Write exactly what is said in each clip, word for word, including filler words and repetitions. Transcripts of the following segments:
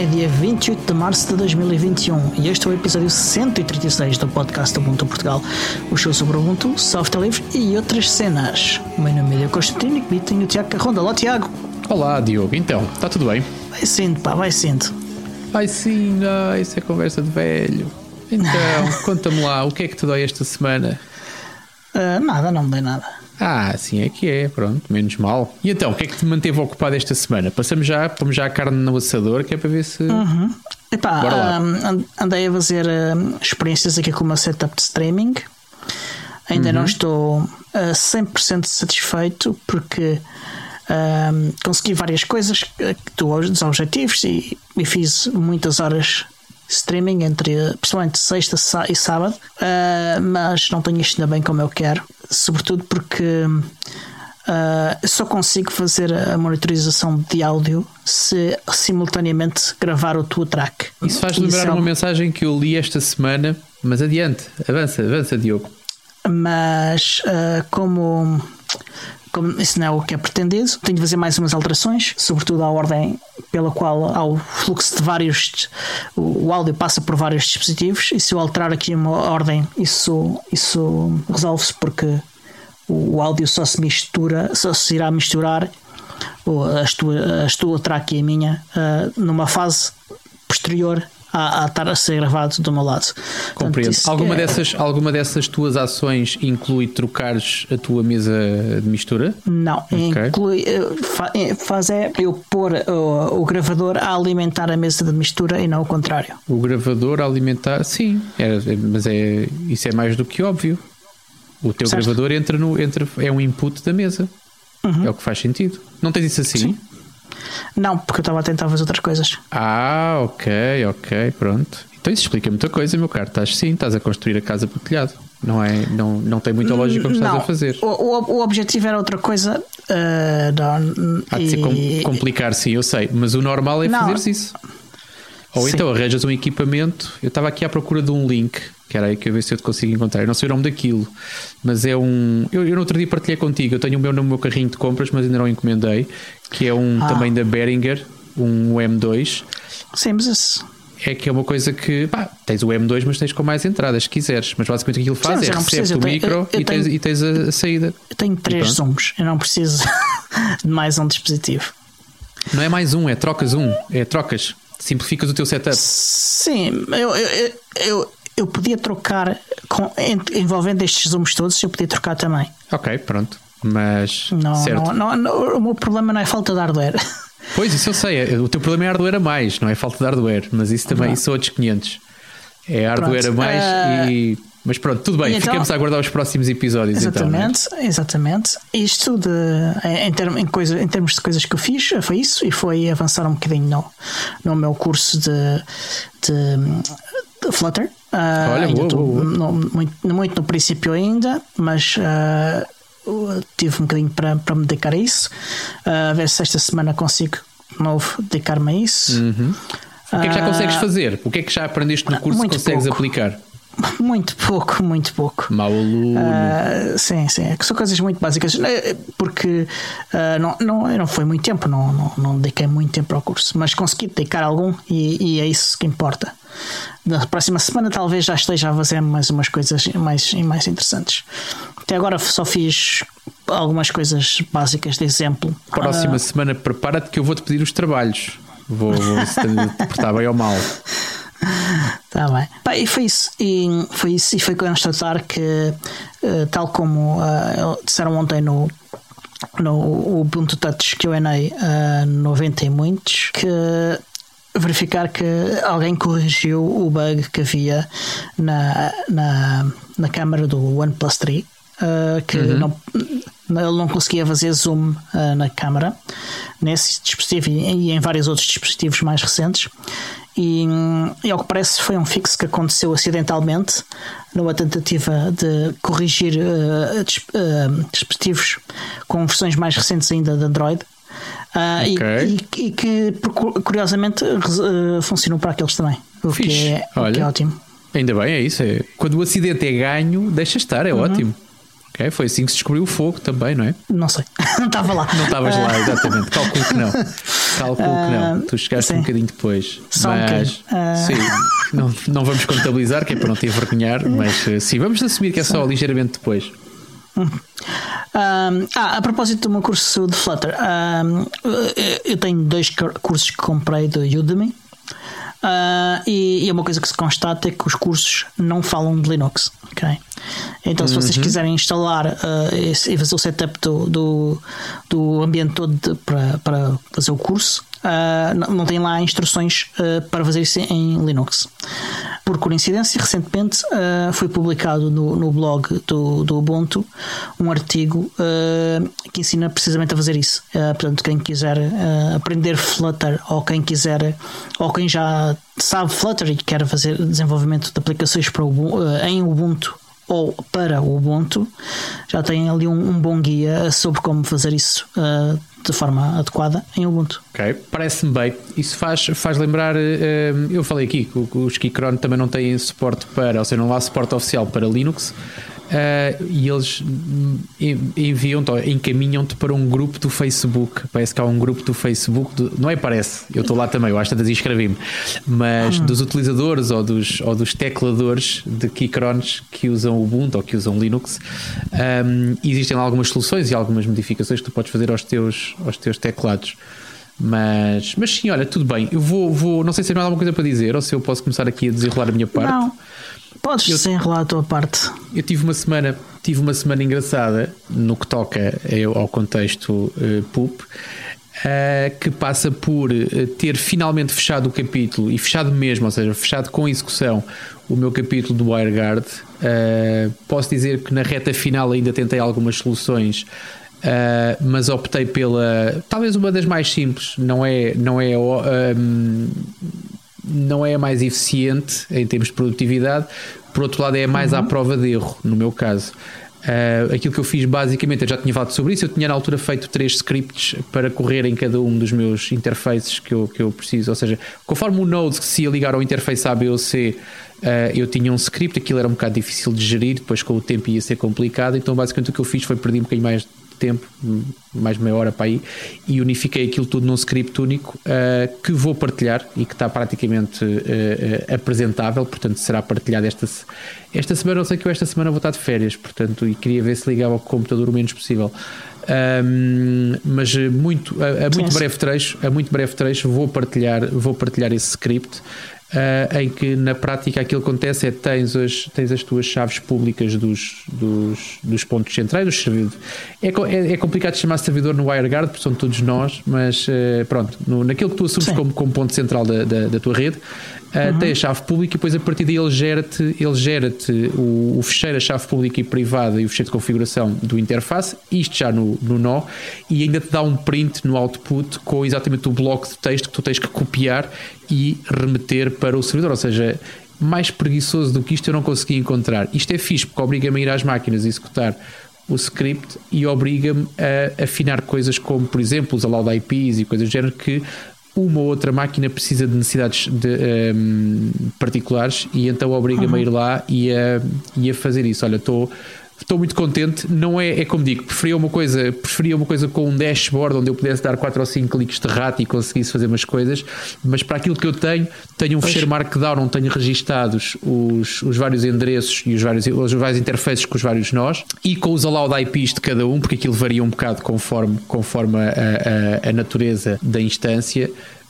é dia vinte e oito de março de dois mil e vinte e um e este é o episódio cento e trinta e seis do podcast Ubuntu Portugal, o show sobre Ubuntu, software livre e outras cenas. O meu nome é Diogo Constantino e comigo tenho o Tiago Carronda. Olá, Tiago. Olá, Diogo. Então, está tudo bem? Vai sendo, pá, vai sendo. Vai sim, ah, isso é conversa de velho. Então, conta-me lá, o que é que te dói esta semana? Uh, nada, não me dei nada. Ah, assim é que é, pronto, menos mal. E então, o que é que te manteve ocupado esta semana? Passamos já, pomos já a carne no assador, que é para ver se... Uhum. Epá, Bora lá. um, andei a fazer um, experiências aqui com o meu setup de streaming. Ainda uhum. não estou uh, cem por cento satisfeito porque um, consegui várias coisas uh, dos objetivos e, e fiz muitas horas streaming entre principalmente sexta e sábado, uh, mas não tenho isto ainda bem como eu quero, sobretudo porque uh, só consigo fazer a monitorização de áudio se simultaneamente gravar o tua track. Isso faz lembrar uma mensagem que eu li esta semana, mas adiante, avança, avança, Diogo. Mas uh, como Como isso não é o que é pretendido, tenho de fazer mais umas alterações, sobretudo à ordem pela qual há o fluxo de vários. O áudio passa por vários dispositivos, e se eu alterar aqui uma ordem, isso, isso resolve-se, porque o áudio só se mistura, só se irá misturar as tua, as tua track e a minha numa fase posterior A, a estar a ser gravado do meu lado. Compreendo. Portanto, alguma, é... dessas, alguma dessas tuas ações inclui trocares a tua mesa de mistura? Não, okay. inclui faz é eu pôr o, o gravador a alimentar a mesa de mistura e não o contrário. O gravador a alimentar, sim, é, mas é, isso é mais do que óbvio. O teu certo. Gravador entra no, entra, é um input da mesa. Uhum. É o que faz sentido. Não tens isso assim? Sim. Não, porque eu estava a tentar fazer outras coisas. Ah, ok, ok, pronto. Então isso explica muita coisa, meu caro. Estás sim, estás a construir a casa para o telhado. Não, é, não, não tem muita lógica o que estás não, a fazer. O, o, o objetivo era outra coisa. Uh, não, Há de ser e... complicar, sim, eu sei. Mas o normal é fazeres isso. Ou sim. Então arranjas um equipamento. Eu estava aqui à procura de um link, que era aí que eu ver se eu te consigo encontrar. Eu não sei o nome daquilo, mas é um. Eu, eu no outro dia partilhei contigo. Eu tenho o meu no meu carrinho de compras, mas ainda não encomendei. Que é um ah. também da Behringer, um M dois. Sim, mas esse... é que é uma coisa que pá, tens o M dois, mas tens com mais entradas se quiseres. Mas basicamente aquilo faz sim, é recebe o micro eu, eu e, tenho, tens, e tens a saída. Eu tenho três zooms, eu não preciso de mais um dispositivo. Não é mais um, é trocas um, é trocas. Simplificas o teu setup. Sim, eu, eu, eu, eu podia trocar com, envolvendo estes zooms todos, eu podia trocar também. Ok, pronto. Mas não, certo. Não, não, não, o meu problema não é falta de hardware. Pois, isso eu sei. O teu problema é hardware a mais, não é falta de hardware. Mas isso também isso são outros quinhentos. É hardware pronto, a mais uh... e... Mas pronto, tudo bem, então, ficamos a aguardar os próximos episódios. Exatamente, então, é? exatamente. Isto de, em, term, em, coisa, em termos de coisas que eu fiz, foi isso, e foi avançar um bocadinho no, no meu curso de, de, de Flutter. Uh, Olha, ainda boa, estou boa, boa. No, muito, muito no princípio ainda, mas uh, tive um bocadinho para, para me dedicar a isso. Uh, a ver se esta semana consigo de novo dedicar-me a isso. Uhum. O que é que já consegues fazer? O que é que já aprendeste no curso que consegues pouco. aplicar? Muito pouco, muito pouco. Mau aluno. Uh, sim, sim. São coisas muito básicas. Porque uh, não, não, não foi muito tempo, não, não, não dediquei muito tempo ao curso, mas consegui dedicar algum e, e é isso que importa. Na próxima semana talvez já esteja a fazer mais umas coisas mais, mais interessantes. Até agora só fiz algumas coisas básicas de exemplo. Próxima uh, semana prepara-te que eu vou-te pedir os trabalhos. Vou, vou se te portar bem ou mal. Tá bem. Pá, e foi isso. E foi isso. E foi constatar que, uh, tal como uh, disseram ontem no, no Ubuntu Touch Q and A uh, noventa e muitos, que verificar que alguém corrigiu o bug que havia na, na, na câmara do OnePlus três, uh, que uhum. não, ele não conseguia fazer zoom uh, na câmara nesse dispositivo e, e em vários outros dispositivos mais recentes. E, e ao que parece foi um fix que aconteceu acidentalmente numa tentativa de corrigir uh, dis, uh, dispositivos com versões mais recentes ainda de Android, uh, okay. e, e, e que curiosamente uh, funcionou para aqueles também, o que é, o que é ótimo. Ainda bem, é isso. É. Quando o acidente é ganho, deixa estar, é uhum. ótimo. Okay, foi assim que se descobriu o fogo também, não é? Não sei, não estava lá. Não estavas lá, exatamente. Calculo que não. Calculo que não. Tu chegaste sim. um bocadinho depois. Só mas, um uh... sim, não, não vamos contabilizar, que é para não te envergonhar, mas sim, vamos assumir que é só ligeiramente depois. Um, ah, a propósito do meu curso de Flutter, um, eu tenho dois cursos que comprei do Udemy. Uh, e, e é uma coisa que se constata é que os cursos não falam de Linux, ok? Então, se vocês uhum. quiserem instalar uh, esse, e fazer o setup do, do, do ambiente todo de, para, para fazer o curso, uh, não, não tem lá instruções uh, para fazer isso em Linux. Por coincidência, recentemente uh, foi publicado no, no blog do, do Ubuntu um artigo uh, que ensina precisamente a fazer isso. Uh, portanto, quem quiser uh, aprender Flutter, ou quem quiser, ou quem já sabe Flutter e quer fazer desenvolvimento de aplicações para Ubuntu, uh, em Ubuntu ou para o Ubuntu, já tem ali um, um bom guia sobre como fazer isso uh, de forma adequada em Ubuntu. Ok, parece-me bem. Isso faz, faz lembrar, uh, eu falei aqui que os Keychron também não têm suporte para, ou seja, não há suporte oficial para Linux. Uh, e eles enviam-te, encaminham-te para um grupo do Facebook. Parece que há um grupo do Facebook do, não é parece, eu estou lá também, eu acho que inscrevi-me, mas hum. dos utilizadores ou dos, ou dos tecladores de Keychrons que usam Ubuntu ou que usam Linux. Um, existem lá algumas soluções e algumas modificações que tu podes fazer aos teus, aos teus teclados. Mas, mas sim, olha, tudo bem. Eu vou, vou, não sei se tem mais alguma coisa para dizer ou se eu posso começar aqui a desenrolar a minha parte. Não. Podes eu, desenrolar a tua parte. Eu tive uma semana, tive uma semana engraçada no que toca eu, ao contexto uh, P U P, uh, que passa por uh, ter finalmente fechado o capítulo, e fechado mesmo, ou seja, fechado com execução, o meu capítulo do WireGuard. Uh, posso dizer que na reta final ainda tentei algumas soluções, uh, mas optei pela, talvez uma das mais simples, não é, não é um, não é a mais eficiente em termos de produtividade, por outro lado é a mais uhum. à prova de erro, no meu caso. Uh, aquilo que eu fiz basicamente, eu já tinha falado sobre isso, eu tinha na altura feito três scripts para correr em cada um dos meus interfaces que eu, que eu preciso, ou seja, conforme o Node que se ia ligar ao interface A, B ou C, uh, eu tinha um script, aquilo era um bocado difícil de gerir, depois com o tempo ia ser complicado, então basicamente o que eu fiz foi perder um bocadinho mais tempo, mais meia hora para aí, e unifiquei aquilo tudo num script único uh, que vou partilhar e que está praticamente uh, uh, apresentável, portanto será partilhado esta, esta semana. Eu sei que eu esta semana vou estar de férias, portanto, e queria ver se ligava ao computador o menos possível. Um, mas muito, a, a muito breve trecho, a muito breve trecho vou partilhar, vou partilhar esse script. Uh, em que na prática aquilo que acontece é que tens as, tens as tuas chaves públicas dos, dos, dos pontos centrais, dos servidores. É, é, é complicado chamar servidor no WireGuard, porque são todos nós, mas uh, pronto, no, naquilo que tu assumes como, como ponto central da, da, da tua rede, uh, uhum. tem a chave pública e depois a partir daí ele gera-te, ele gera-te o, o fecheiro, a chave pública e privada e o fecheiro de configuração do interface, isto já no, no nó, e ainda te dá um print no output com exatamente o bloco de texto que tu tens que copiar e remeter para o servidor, ou seja, mais preguiçoso do que isto eu não consegui encontrar. Isto é fixe porque obriga-me a ir às máquinas e executar o script e obriga-me a afinar coisas como, por exemplo, os allowed I Ps e coisas do género que uma ou outra máquina precisa de necessidades de, um, particulares, e então obriga-me uhum. a ir lá e a, e a fazer isso. Olha, estou Estou muito contente. Não é, é como digo, preferia uma coisa, preferia uma coisa com um dashboard onde eu pudesse dar quatro ou cinco cliques de rato e conseguisse fazer umas coisas, mas para aquilo que eu tenho, tenho um fecheiro Markdown onde tenho registados os, os vários endereços e os vários, os vários interfaces com os vários nós e com os allowed I Ps de cada um, porque aquilo varia um bocado conforme, conforme a, a, a natureza da instância.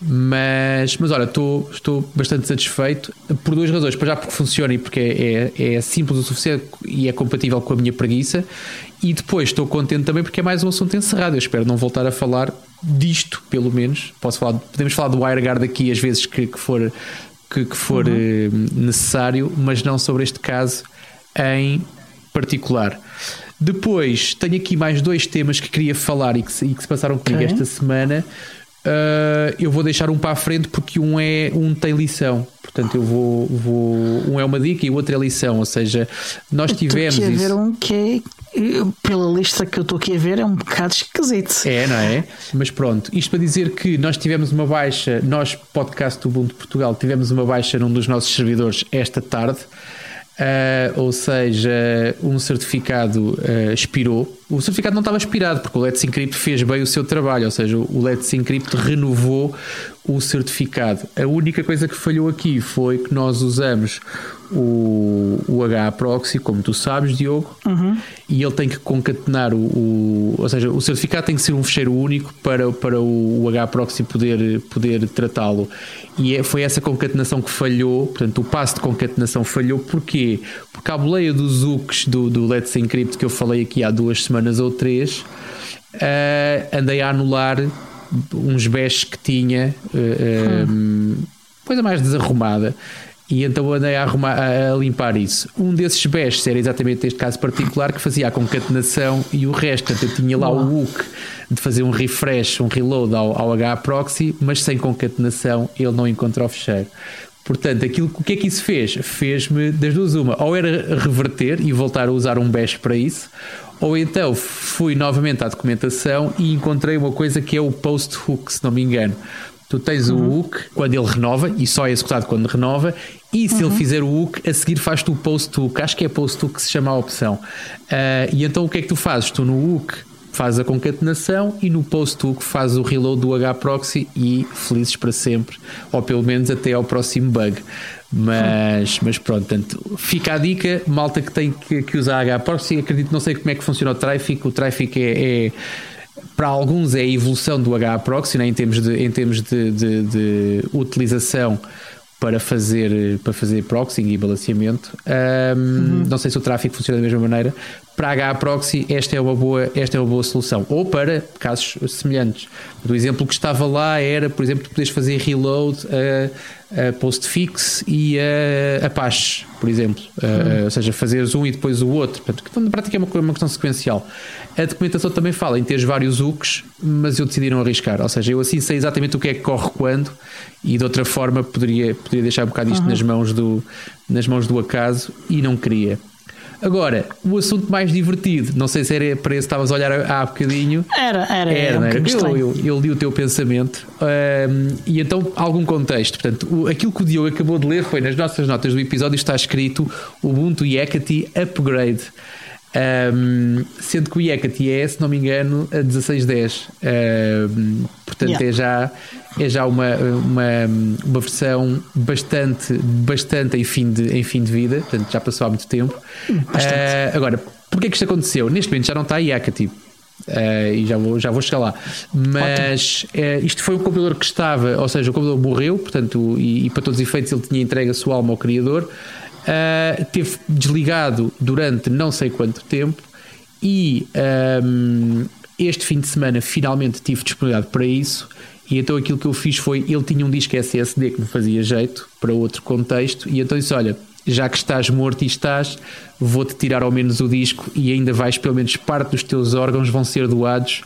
Mas, mas olha, estou, estou bastante satisfeito por duas razões. Para já porque funciona e porque é, é, é simples o suficiente e é compatível com a minha preguiça, e depois estou contente também porque é mais um assunto encerrado. Eu espero não voltar a falar disto, pelo menos. Posso falar, podemos falar do WireGuard aqui às vezes que, que for, que, que for uhum. necessário, mas não sobre este caso em particular. Depois tenho aqui mais dois temas que queria falar e que, e que se passaram comigo okay. esta semana. Uh, eu vou deixar um para a frente porque um, é, um tem lição, portanto eu vou, vou um é uma dica e o outro é lição, ou seja, nós eu tivemos estou aqui a isso. ver um que é, pela lista que eu estou aqui a ver, é um bocado esquisito. É, não é? Mas pronto, isto para dizer que nós tivemos uma baixa, nós podcast do Ubuntu Portugal tivemos uma baixa num dos nossos servidores esta tarde. Uh, ou seja, um certificado uh, expirou. O certificado não estava expirado porque o Let's Encrypt fez bem o seu trabalho, ou seja, o Let's Encrypt renovou o certificado. A única coisa que falhou aqui foi que nós usamos o, o H A Proxy, como tu sabes, Diogo, uhum. e ele tem que concatenar o, o ou seja, o certificado tem que ser um fecheiro único para, para o, o H A Proxy poder, poder tratá-lo. E é, foi essa concatenação que falhou, portanto, o passo de concatenação falhou. Porquê? Porque a boleia dos hooks do, do Let's Encrypt que eu falei aqui há duas semanas ou três, uh, andei a anular uns bashes que tinha, uh, hum. coisa mais desarrumada, e então andei a, arrumar, a limpar isso. Um desses bashes era exatamente este caso particular que fazia a concatenação e o resto. Portanto, eu tinha lá Boa. o hook de fazer um refresh, um reload ao, ao H A Proxy, mas sem concatenação ele não encontra o fecheiro. Portanto, aquilo, o que é que isso fez? Fez-me das duas uma, ou era reverter e voltar a usar um bash para isso, ou então fui novamente à documentação e encontrei uma coisa que é o post hook, se não me engano. Tu tens uhum. o hook quando ele renova, e só é executado quando renova, e se uhum. ele fizer o hook, a seguir faz-te o post hook. Acho que é post hook que se chama a opção. Uh, e então o que é que tu fazes? Tu no hook fazes a concatenação e no post hook fazes o reload do H A Proxy e felizes para sempre, ou pelo menos até ao próximo bug. Mas, mas pronto, portanto, fica a dica, malta que tem que, que usar H A Proxy. Acredito, não sei como é que funciona o Traffic. O Traffic é, é para alguns é a evolução do H A Proxy, né, em termos de, em termos de, de, de utilização para fazer, para fazer proxying e balanceamento. Um, uhum. Não sei se o tráfego funciona da mesma maneira. Para H A Proxy esta é uma boa, esta é uma boa solução, ou para casos semelhantes. O exemplo que estava lá era, por exemplo, tu podes fazer reload a, a postfix e a Apache, por exemplo, uhum. a, ou seja, fazeres um e depois o outro. Portanto, na prática é uma, uma questão sequencial. A documentação também fala em teres vários hooks, mas eu decidi não arriscar, ou seja, eu assim sei exatamente o que é que corre quando, e de outra forma poderia, poderia deixar um bocado isto uhum. nas, mãos do, nas mãos do acaso, e não queria. Agora, o assunto mais divertido, não sei se era para esse que estavas a olhar há bocadinho. Era, era, era, um era. Eu, eu, eu li o teu pensamento, um, e então algum contexto. Portanto, o, aquilo que o Diogo acabou de ler foi nas nossas notas do episódio, está escrito Ubuntu Yakety Upgrade. Um, sendo que o Yakety é, se não me engano, a dezasseis dez. Um, portanto, yeah. é já, é já uma, uma, uma versão bastante, bastante em, fim de, em fim de vida. Portanto, já passou há muito tempo. Uh, agora, porquê é que isto aconteceu? Neste momento já não está a Yakety. Uh, e já vou, já vou chegar lá. Mas uh, isto foi um computador que estava, ou seja, o computador morreu, portanto, e, e para todos os efeitos ele tinha entregue a sua alma ao criador. Uh, teve desligado durante não sei quanto tempo, e um, este fim de semana finalmente tive disponibilidade para isso, e então aquilo que eu fiz foi, ele tinha um disco S S D que me fazia jeito para outro contexto, e então disse, olha, já que estás morto e estás, vou-te tirar ao menos o disco, e ainda vais, pelo menos parte dos teus órgãos vão ser doados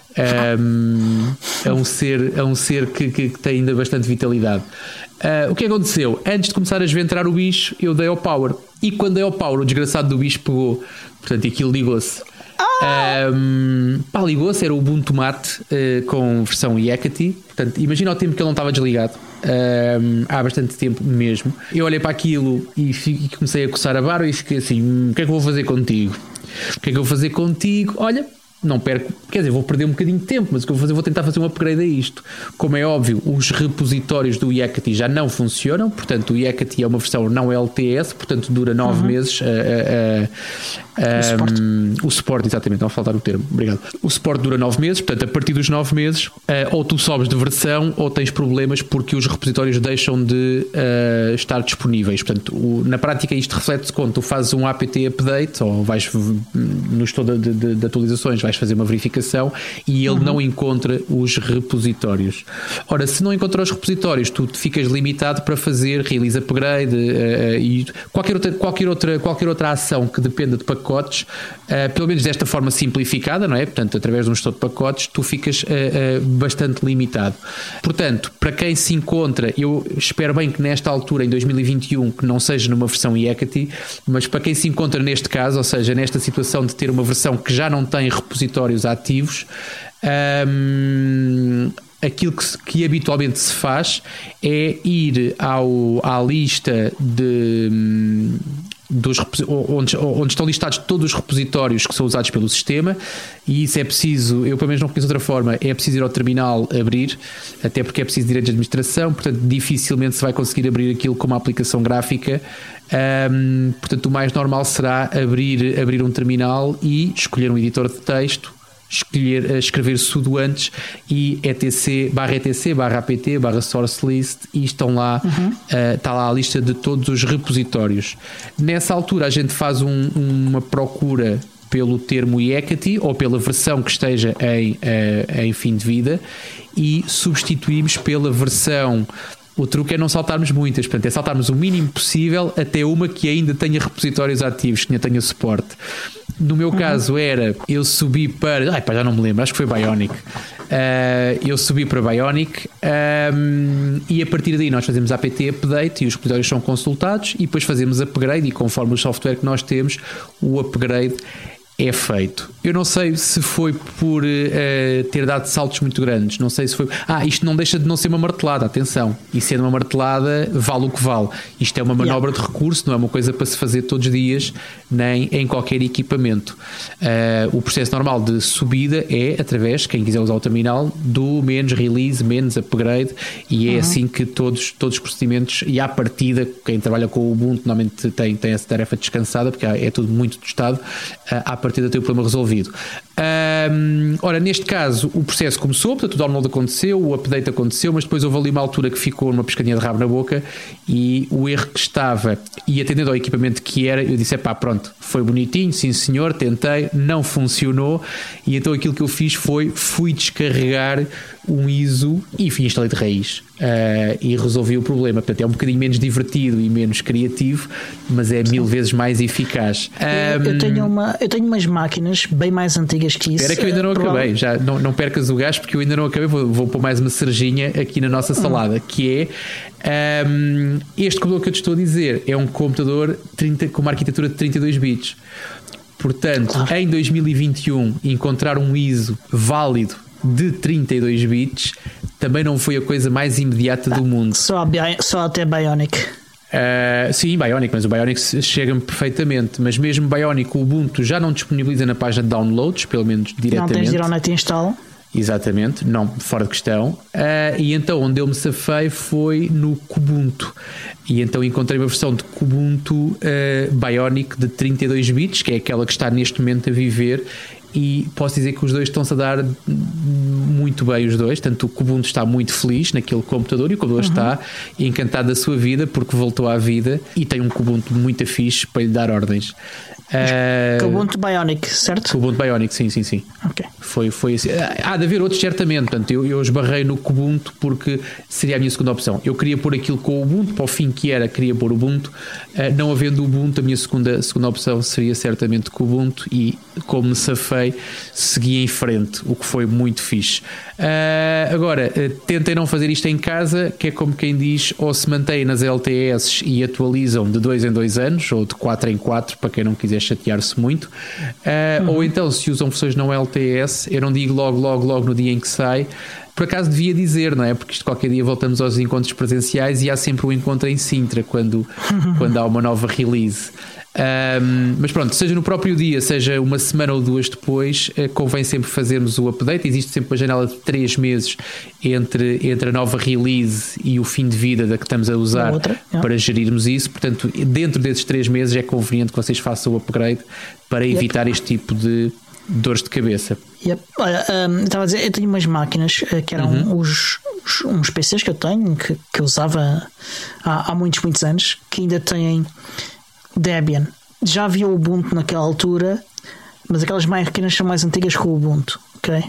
um, a um ser, a um ser que, que, que tem ainda bastante vitalidade. Uh, o que aconteceu? Antes de começar a esventrar o bicho, eu dei ao power, e quando dei ao power, o desgraçado do bicho pegou, portanto aquilo ligou-se. Ah! Um, pá, ligou-se, era o Ubuntu Mate uh, com versão Yakety. Portanto, imagina o tempo que ele não estava desligado. Um, há bastante tempo mesmo. Eu olhei para aquilo e, e comecei a coçar a barba e fiquei assim: o que é que eu vou fazer contigo? O que é que eu vou fazer contigo? Olha, não perco, quer dizer, vou perder um bocadinho de tempo, mas o que eu vou fazer, vou tentar fazer um upgrade a isto. Como é óbvio, os repositórios do Yakety já não funcionam, portanto o Yakety é uma versão não L T S, portanto dura nove uhum. meses uh, uh, uh, o, suporte. Um, o suporte, exatamente, não faltar o termo, obrigado. O suporte dura nove meses, portanto a partir dos nove meses uh, ou tu sobes de versão ou tens problemas porque os repositórios deixam de uh, estar disponíveis. Portanto, o, na prática isto reflete-se quando tu fazes um apt update ou vais no estudo de, de, de atualizações, vais fazer uma verificação e ele uhum. não encontra os repositórios. Ora, se não encontra os repositórios, tu ficas limitado para fazer release upgrade uh, e qualquer outra, qualquer, outra, qualquer outra ação que dependa de pacotes, uh, pelo menos desta forma simplificada, não é? Portanto, através de um gestor de pacotes, tu ficas uh, uh, bastante limitado. Portanto, para quem se encontra, eu espero bem que nesta altura, em dois mil e vinte e um, que não seja numa versão Yakety, mas para quem se encontra neste caso, ou seja, nesta situação de ter uma versão que já não tem repositórios ativos, um, aquilo que, se, que habitualmente se faz é ir ao, à lista de dos, onde, onde estão listados todos os repositórios que são usados pelo sistema, e isso é preciso, eu pelo menos não conheço outra forma, é preciso ir ao terminal abrir, até porque é preciso direito de administração, portanto dificilmente se vai conseguir abrir aquilo com uma aplicação gráfica. Um, portanto o mais normal será abrir, abrir um terminal e escolher um editor de texto, escolher, escrever sudo antes e etc barra etc barra apt barra source list, e estão lá, uhum. uh, está lá a lista de todos os repositórios. Nessa altura a gente faz um, uma procura pelo termo iEquity ou pela versão que esteja em, uh, em fim de vida e substituímos pela versão. O truque é não saltarmos muitas, portanto é saltarmos o mínimo possível até uma que ainda tenha repositórios ativos, que ainda tenha suporte. No meu uhum. caso era, eu subi para, ai pá, já não me lembro, acho que foi Bionic. Uh, eu subi para Bionic um, e a partir daí nós fazemos apt update e os repositórios são consultados e depois fazemos upgrade, e conforme o software que nós temos, o upgrade é feito. Eu não sei se foi por uh, ter dado saltos muito grandes, não sei se foi. Ah, isto não deixa de não ser uma martelada, atenção. E sendo uma martelada, vale o que vale. Isto é uma manobra yeah. de recurso, não é uma coisa para se fazer todos os dias, nem em qualquer equipamento. Uh, o processo normal de subida é através, quem quiser usar o terminal, do menos release, menos upgrade, e é uhum. assim que todos, todos os procedimentos, e à partida, quem trabalha com o Ubuntu normalmente tem, tem essa tarefa descansada, porque é tudo muito testado. Uh, à partida tem o problema resolvido. Um, ora, neste caso o processo começou, portanto o download aconteceu, o update aconteceu, mas depois houve ali uma altura que ficou uma pescadinha de rabo na boca, e o erro que estava, e atendendo ao equipamento que era, eu disse, pá, pronto, foi bonitinho, sim senhor, tentei, não funcionou, e então aquilo que eu fiz foi, fui descarregar um I S O e fui instalei de raiz, uh, e resolvi o problema. Portanto é um bocadinho menos divertido e menos criativo, mas é mil vezes mais eficaz. Eu, um, eu, tenho, uma, eu tenho umas máquinas bem mais antigas que isso. Espera que eu ainda não acabei, já, não, não percas o gás, porque eu ainda não acabei, vou, vou pôr mais uma cerejinha aqui na nossa salada, hum. que é um, este computador que eu te estou a dizer é um computador trinta, com uma arquitetura de trinta e dois bits. Portanto, claro. Em dois mil e vinte e um encontrar um I S O válido de trinta e dois bits também não foi a coisa mais imediata ah, do mundo. Só, só até Bionic. Uh, sim, Bionic, mas o Bionic chega-me perfeitamente. Mas mesmo Bionic, o Ubuntu já não disponibiliza na página de downloads, pelo menos diretamente. Não tens de ir ao net install. Exatamente, não, fora de questão. Uh, e então onde eu me safei foi no Kubuntu. E então encontrei uma versão de Kubuntu uh, Bionic de trinta e dois bits, que é aquela que está neste momento a viver. E posso dizer que os dois estão-se a dar muito bem, os dois. Tanto o Kubuntu está muito feliz naquele computador, e o computador uhum. está encantado da sua vida porque voltou à vida e tem um Kubuntu muito fixe para lhe dar ordens. Uh, Kubuntu Bionic, certo? Kubuntu Bionic, sim, sim, sim. Okay. Foi, foi assim. Há de haver outros, certamente. Portanto, eu, eu esbarrei no Kubuntu porque seria a minha segunda opção. Eu queria pôr aquilo com o Ubuntu, para o fim que era, queria pôr o Ubuntu. Uh, não havendo o Ubuntu, a minha segunda, segunda opção seria certamente Kubuntu, e como me safei, segui em frente, o que foi muito fixe. Uh, agora, uh, tentem não fazer isto em casa, que é como quem diz, ou se mantém nas L T S e atualizam de dois em dois anos, ou de quatro em quatro, para quem não quiser chatear-se muito, uh, uhum. ou então se usam versões não L T S, eu não digo logo, logo, logo no dia em que sai. Por acaso devia dizer, não é? Porque isto qualquer dia voltamos aos encontros presenciais e há sempre um encontro em Sintra quando, quando há uma nova release. Um, mas pronto, seja no próprio dia, seja uma semana ou duas depois, uh, convém sempre fazermos o update. Existe sempre uma janela de três meses entre, entre a nova release e o fim de vida da que estamos a usar outra, para gerirmos isso. Portanto, dentro desses três meses é conveniente que vocês façam o upgrade para evitar yep. este tipo de dores de cabeça. Yep. Olha, um, estava a dizer, eu tenho umas máquinas uh, que eram uhum. os, os uns P Cs que eu tenho, que, que eu usava há, há muitos, muitos anos, que ainda têm Debian. Já havia o Ubuntu naquela altura, mas aquelas máquinas são mais antigas que o Ubuntu, ok? uh,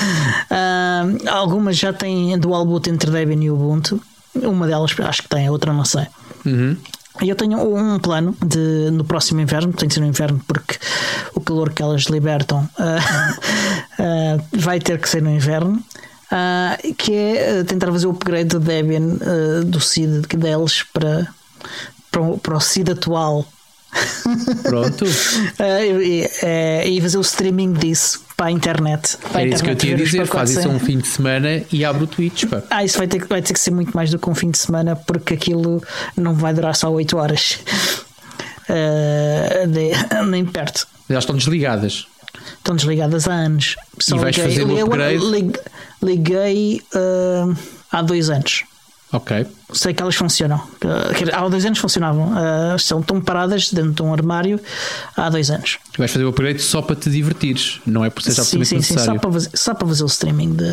algumas já têm dual boot entre Debian e Ubuntu. Uma delas acho que tem, a outra não sei. Uhum. Eu tenho um plano de, no próximo inverno, tem que ser no inverno porque o calor que elas libertam uh, uh, vai ter que ser no inverno, uh, que é tentar fazer o upgrade do Debian, uh, do S I D deles para, para, o, para o S I D atual. Pronto. uh, e, e fazer o streaming disso para a internet. Para é a isso internet, que eu tinha a dizer, faz isso um fim de semana e abre o Twitch. Pá. Ah, isso vai ter, vai ter que ser muito mais do que um fim de semana, porque aquilo não vai durar só oito horas. uh, de, nem perto. Elas estão desligadas. Estão desligadas há anos. Só e vais liguei, fazer o upgrade? Liguei, liguei uh, há dois anos. Ok. Sei que elas funcionam. Uh, há dois anos funcionavam. Uh, estão tão paradas dentro de um armário há dois anos. Tu vais fazer o upgrade só para te divertires, não é por ser absolutamente sim, sim, necessário. Sim, só para fazer, só para fazer o streaming de...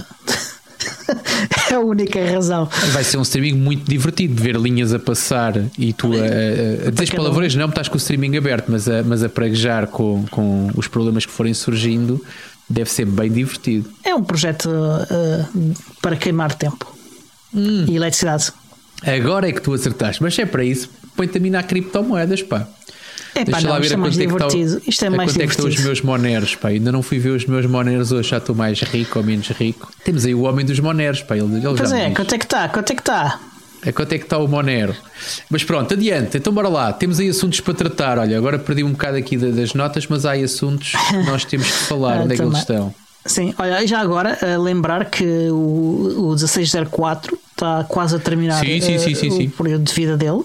É a única razão. Vai ser um streaming muito divertido de ver linhas a passar e tu a, a, a dizer palavrões, não, porque estás com o streaming aberto, mas a, mas a praguejar com, com os problemas que forem surgindo, deve ser bem divertido. É um projeto uh, para queimar tempo hum. e eletricidade. Agora é que tu acertaste, mas é para isso, põe-te a mim na criptomoedas, pá. É pá, não, isto é mais divertido. Isto é mais divertido. Quanto é que estão os meus moneros, pá? Ainda não fui ver os meus moneros hoje, já estou mais rico ou menos rico. Temos aí o homem dos moneros, pá. Ele, ele pois já é, quanto é que está? Quanto é que está? A quanto é que está o monero? Mas pronto, adiante, então bora lá. Temos aí assuntos para tratar. Olha, agora perdi um bocado aqui das notas, mas há aí assuntos que nós temos que falar. Onde é que eles estão? Sim, olha, já agora a lembrar que o, o dezasseis zero quatro está quase a terminar sim, sim, sim, sim, uh, sim. o período de vida dele.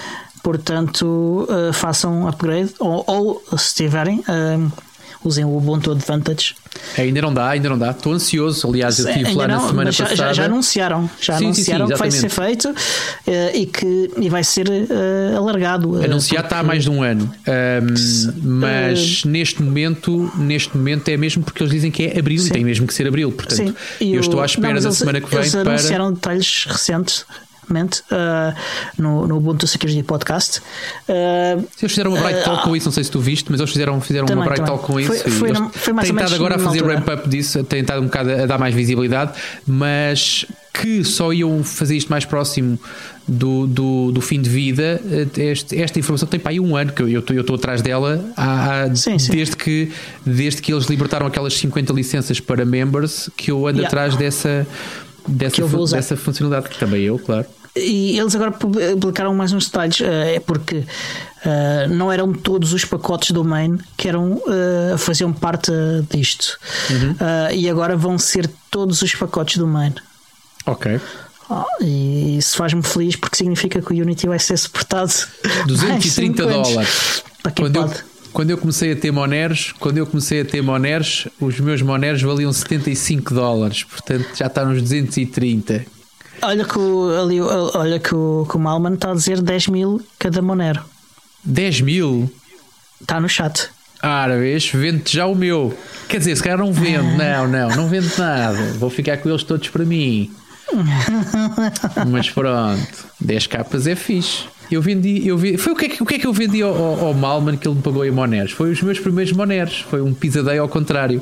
Portanto, uh, façam um upgrade ou, ou se tiverem, uh, usem o Ubuntu Advantage. Ainda não dá, ainda não dá. Estou ansioso. Aliás, eu estive lá não, na semana já, passada. Já, já anunciaram, já sim, anunciaram sim, sim, que vai ser feito uh, e que e vai ser uh, alargado. Uh, Anunciado porque... está há mais de um ano, um, mas uh... neste momento, neste momento é mesmo porque eles dizem que é abril sim. e tem mesmo que ser abril. Portanto, eu o... estou à espera não, da eles, semana que vem. Eles para... anunciaram detalhes recentes. Uh, no, no Ubuntu Security Podcast. Uh, eles fizeram uma Bright Talk uh, com isso, não sei se tu viste, mas eles fizeram, fizeram também, uma Bright Talk com isso. Foi, foi, não, foi mais têm estado agora a fazer o ramp-up disso, têm estado um bocado a dar mais visibilidade, mas que só iam fazer isto mais próximo do, do, do fim de vida. Este, esta informação tem para aí um ano que eu estou atrás dela há, há, sim, sim. Desde, que, desde que eles libertaram aquelas cinquenta licenças para members, que eu ando yeah. atrás dessa, dessa, fu- dessa funcionalidade, que também eu, claro. E eles agora publicaram mais uns detalhes, é porque uh, não eram todos os pacotes do main que eram, uh, faziam parte disto. Uhum. Uh, e agora vão ser todos os pacotes do main. Ok. Oh, e isso faz-me feliz porque significa que o Unity vai ser suportado duzentos e trinta dólares. Para quem quando, pode. eu, quando eu comecei a ter moneros, quando eu comecei a ter moneros, os meus moneros valiam setenta e cinco dólares, portanto já está nos duzentos e trinta. Olha que o, ali, olha que o, que o Malman está a dizer dez mil cada monero. dez mil? Está no chat. Ah, vês? Vende já o meu. Quer dizer, se calhar não vende. Não, não, não vende nada. Vou ficar com eles todos para mim. Mas pronto, dez capas é fixe. Eu vendi, eu vendi, foi o que é que, o que, é que eu vendi ao, ao, ao Malman que ele me pagou em moneros? Foi os meus primeiros moneros. Foi um pisadeio ao contrário.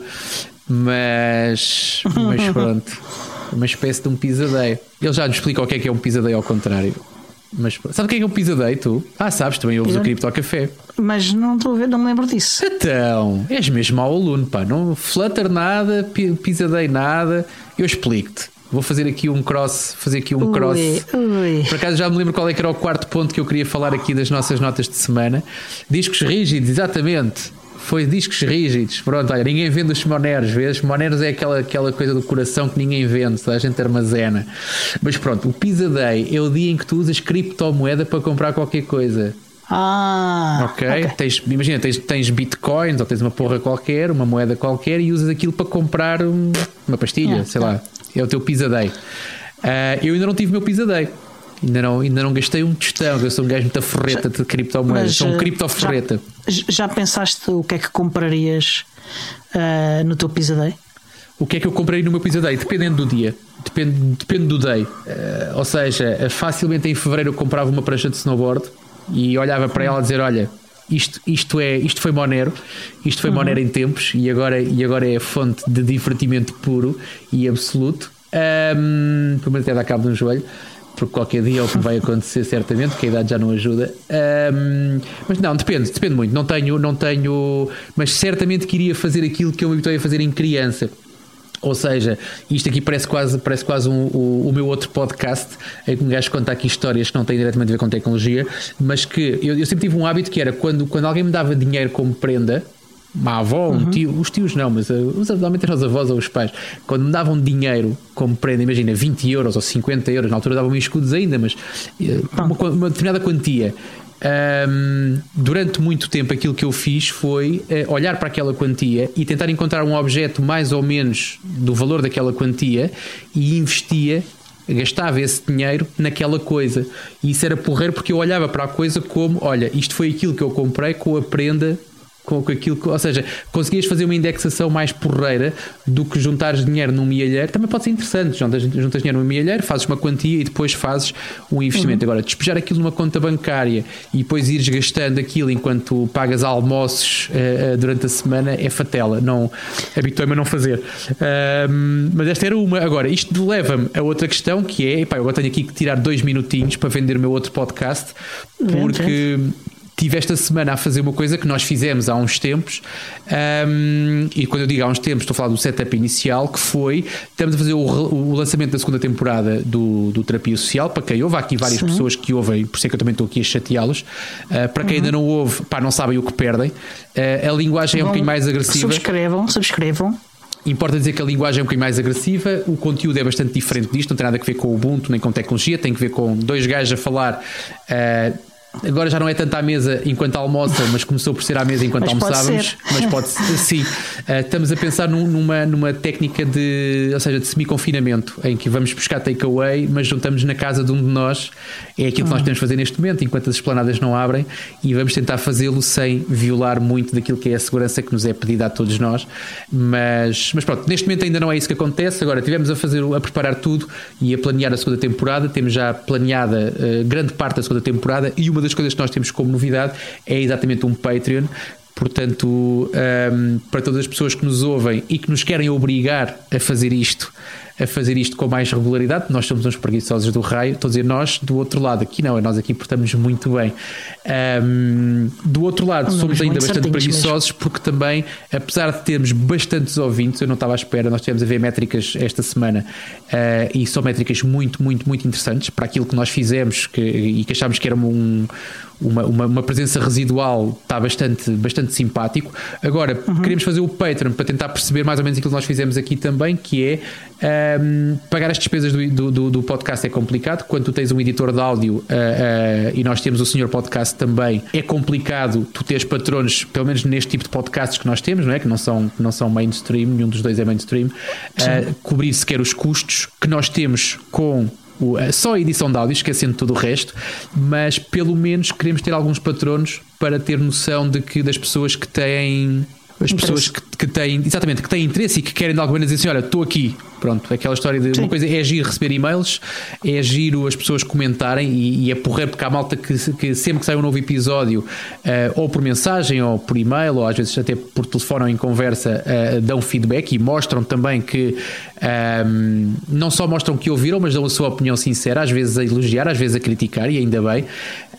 Mas, mas pronto. Uma espécie de um pisadeio. Ele já nos explica o que é que é um pisadeio ao contrário. Mas sabe o que é que é um pisadeio, tu? Ah, sabes, também ouves o Cripto Café. Mas não estou a ver, não me lembro disso. Então, és mesmo mau aluno, pá. Não Flutter nada, pisadeio nada. Eu explico-te. Vou fazer aqui um cross, fazer aqui um ui, cross. Ui. Por acaso já me lembro qual é que era o quarto ponto que eu queria falar aqui das nossas notas de semana. Discos rígidos, exatamente. Foi discos rígidos. Pronto, olha, ninguém vende os moneros, vês? Moneros é aquela, aquela coisa do coração que ninguém vende, toda a gente armazena. Mas pronto, o Pisa Day é o dia em que tu usas criptomoeda para comprar qualquer coisa. Ah, ok, okay. Tens, imagina, tens, tens bitcoins ou tens uma porra qualquer, uma moeda qualquer e usas aquilo para comprar um, uma pastilha, é, sei é. lá. É o teu Pisa Day. Uh, eu ainda não tive o meu Pisa Day. Ainda não, ainda não gastei um tostão. Eu sou um gajo muito ferreta de criptomoedas. Sou um criptoferreta. Já, já pensaste o que é que comprarias uh, no teu Pisa Day? O que é que eu comprei no meu Pisa Day? Dependendo do dia. Depende, depende do day. Uh, ou seja, facilmente em fevereiro eu comprava uma prancha de snowboard e olhava para ela a dizer: olha, isto, isto, é, isto foi Monero, isto foi uhum. Monero em tempos e agora, e agora é a fonte de divertimento puro e absoluto. Um, Primeiro até dar cabo no joelho, porque qualquer dia é o que vai acontecer certamente, que a idade já não ajuda. Um, mas não, depende, depende muito. Não tenho, não tenho, mas certamente queria fazer aquilo que eu me habituei a fazer em criança. Ou seja, isto aqui parece quase, parece quase um, o, o meu outro podcast, em que um gajo conta aqui histórias que não têm diretamente a ver com tecnologia, mas que eu, eu sempre tive um hábito que era quando, quando alguém me dava dinheiro como prenda, uma avó, um tio, os tios não, mas normalmente eram os avós ou os pais, quando me davam dinheiro como prenda, imagina vinte euros ou cinquenta euros, na altura davam-me escudos ainda, mas uma, uma determinada quantia, um, durante muito tempo aquilo que eu fiz foi uh, olhar para aquela quantia e tentar encontrar um objeto mais ou menos do valor daquela quantia e investia, gastava esse dinheiro naquela coisa. E isso era porreiro porque eu olhava para a coisa como, olha, isto foi aquilo que eu comprei com a prenda, com aquilo que, ou seja, conseguias fazer uma indexação mais porreira do que juntares dinheiro num milheiro. Também pode ser interessante, juntas, juntas dinheiro num milheiro, fazes uma quantia e depois fazes um investimento. Uhum. Agora, despejar aquilo numa conta bancária e depois ires gastando aquilo enquanto pagas almoços uh, uh, durante a semana é fatela. Não, habituei-me a não fazer. Uh, mas esta era uma. Agora, isto leva-me a outra questão que é, epá, eu agora tenho aqui que tirar dois minutinhos para vender o meu outro podcast, porque tive esta semana a fazer uma coisa que nós fizemos há uns tempos, um, e quando eu digo há uns tempos estou a falar do setup inicial, que foi, estamos a fazer o, o lançamento da segunda temporada do, do Terapia Social. Para quem ouve, há aqui várias Sim. pessoas que ouvem, por isso é que eu também estou aqui a chateá-los. Uh, para quem uhum. ainda não ouve, pá, não sabem o que perdem. Uh, a linguagem Bom, é um bocadinho mais agressiva. Subscrevam, subscrevam. Importa dizer que a linguagem é um bocadinho mais agressiva, o conteúdo é bastante diferente disto, não tem nada a ver com o Ubuntu nem com tecnologia, tem a ver com dois gajos a falar. Uh, Agora já não é tanto à mesa enquanto almoçam, mas começou por ser à mesa enquanto mas almoçávamos. Pode mas pode ser, sim. Uh, estamos a pensar num, numa, numa técnica de, ou seja, de semi-confinamento, em que vamos buscar takeaway, mas juntamos na casa de um de nós. É aquilo que nós temos de fazer neste momento, enquanto as esplanadas não abrem, e vamos tentar fazê-lo sem violar muito daquilo que é a segurança que nos é pedida a todos nós. Mas, mas pronto, neste momento ainda não é isso que acontece. Agora tivemos a fazer, a preparar tudo e a planear a segunda temporada. Temos já planeada uh, grande parte da segunda temporada, e uma das coisas que nós temos como novidade é exatamente um Patreon. Portanto, um, para todas as pessoas que nos ouvem e que nos querem obrigar a fazer isto, a fazer isto com mais regularidade, nós somos uns preguiçosos do raio. Estou a dizer nós do outro lado, aqui não, nós aqui portamos muito bem. Um, do outro lado, não, somos ainda bastante preguiçosos mesmo. Porque também, apesar de termos bastantes ouvintes, eu não estava à espera, nós tivemos a ver métricas esta semana uh, e são métricas muito, muito, muito interessantes para aquilo que nós fizemos que, e que achámos que era um Uma, uma, uma presença residual. Está bastante, bastante simpático. Agora, uhum. queremos fazer o Patreon para tentar perceber mais ou menos aquilo que nós fizemos aqui também, que é um, pagar as despesas do, do, do podcast é complicado. Quando tu tens um editor de áudio uh, uh, e nós temos o Senhor Podcast também, é complicado tu teres patronos, pelo menos neste tipo de podcasts que nós temos, não é? Que não são, que não são mainstream, nenhum dos dois é mainstream, uh, cobrir sequer os custos que nós temos com só a edição de áudio, esquecendo todo o resto, mas pelo menos queremos ter alguns patronos para ter noção de que das pessoas que têm as interesse. pessoas que, que têm exatamente, que têm interesse e que querem de alguma maneira dizer assim, olha, estou aqui, pronto, aquela história de Sim. uma coisa é agir, receber e-mails, é agir as pessoas comentarem e, e é porrer, porque há malta que, que sempre que sai um novo episódio uh, ou por mensagem ou por e-mail ou às vezes até por telefone ou em conversa uh, dão feedback e mostram também que um, não só mostram que ouviram, mas dão a sua opinião sincera, às vezes a elogiar, às vezes a criticar, e ainda bem.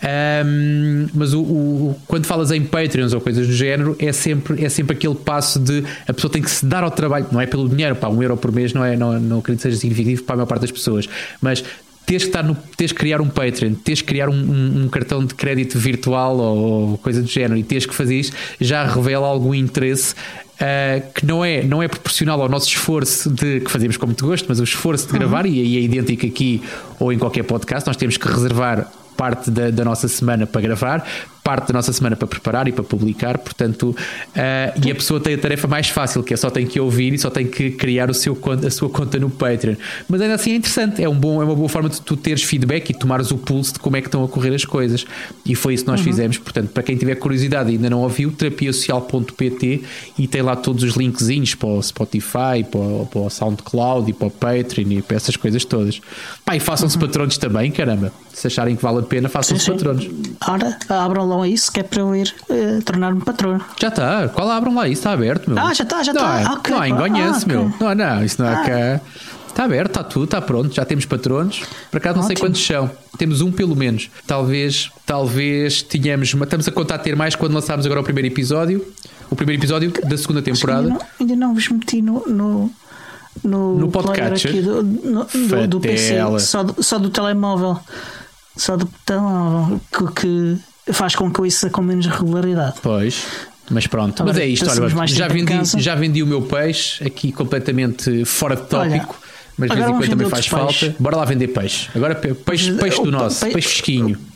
Um, mas o, o, quando falas em Patreons ou coisas do género, é sempre, é sempre aquele passo de a pessoa tem que se dar ao trabalho, não é pelo dinheiro, pá, um euro por mês não é, não, não acredito que seja significativo para a maior parte das pessoas, mas tens que, estar no, tens que criar um Patreon, tens que criar um, um, um cartão de crédito virtual ou, ou coisa do género, e tens que fazer isto, já revela algum interesse. Uh, que não é, não é proporcional ao nosso esforço de, que fazemos com muito gosto, mas o esforço de gravar, uhum. e aí é idêntico aqui ou em qualquer podcast. Nós temos que reservar parte da, da nossa semana para gravar, parte da nossa semana para preparar e para publicar, portanto, uh, e a pessoa tem a tarefa mais fácil, que é só tem que ouvir e só tem que criar o seu, a sua conta no Patreon. Mas ainda assim é interessante, é, um bom, é uma boa forma de tu teres feedback e tomares o pulso de como é que estão a correr as coisas, e foi isso que nós uhum. fizemos. Portanto, para quem tiver curiosidade e ainda não ouviu, terapia social ponto pt, e tem lá todos os linkzinhos para o Spotify, para o, para o SoundCloud e para o Patreon e para essas coisas todas. Pá, e façam-se uhum. patronos também, caramba, se acharem que vale a pena, façam-se patronos. Ora, abram lá isso, que é para eu ir uh, tornar-me patrono. Já está, qual abram lá isso? Está aberto, meu. Ah, já está, já está. Não, okay, não há enganha-se, ah, okay. meu. Não, não, isso não é ah. cá. Está aberto, está tudo, está pronto. Já temos patronos. Para cá não Ótimo. sei quantos são. Temos um pelo menos. Talvez, talvez tenhamos. Estamos a contar ter mais quando lançarmos agora o primeiro episódio. O primeiro episódio da segunda temporada. Ainda não, ainda não vos meti no. no... No, no podcast aqui do, no, do, do P C, só do, só do telemóvel, só do telemóvel, que, que faz com que eu isso com menos regularidade. Pois, mas pronto, agora, mas é isto. Olha, já, vendi, já vendi o meu peixe aqui completamente fora de tópico, olha, mas de vez em quando também faz falta. Peixe. Bora lá vender peixe. Agora peixe, peixe do nosso, peixe, peixe fresquinho.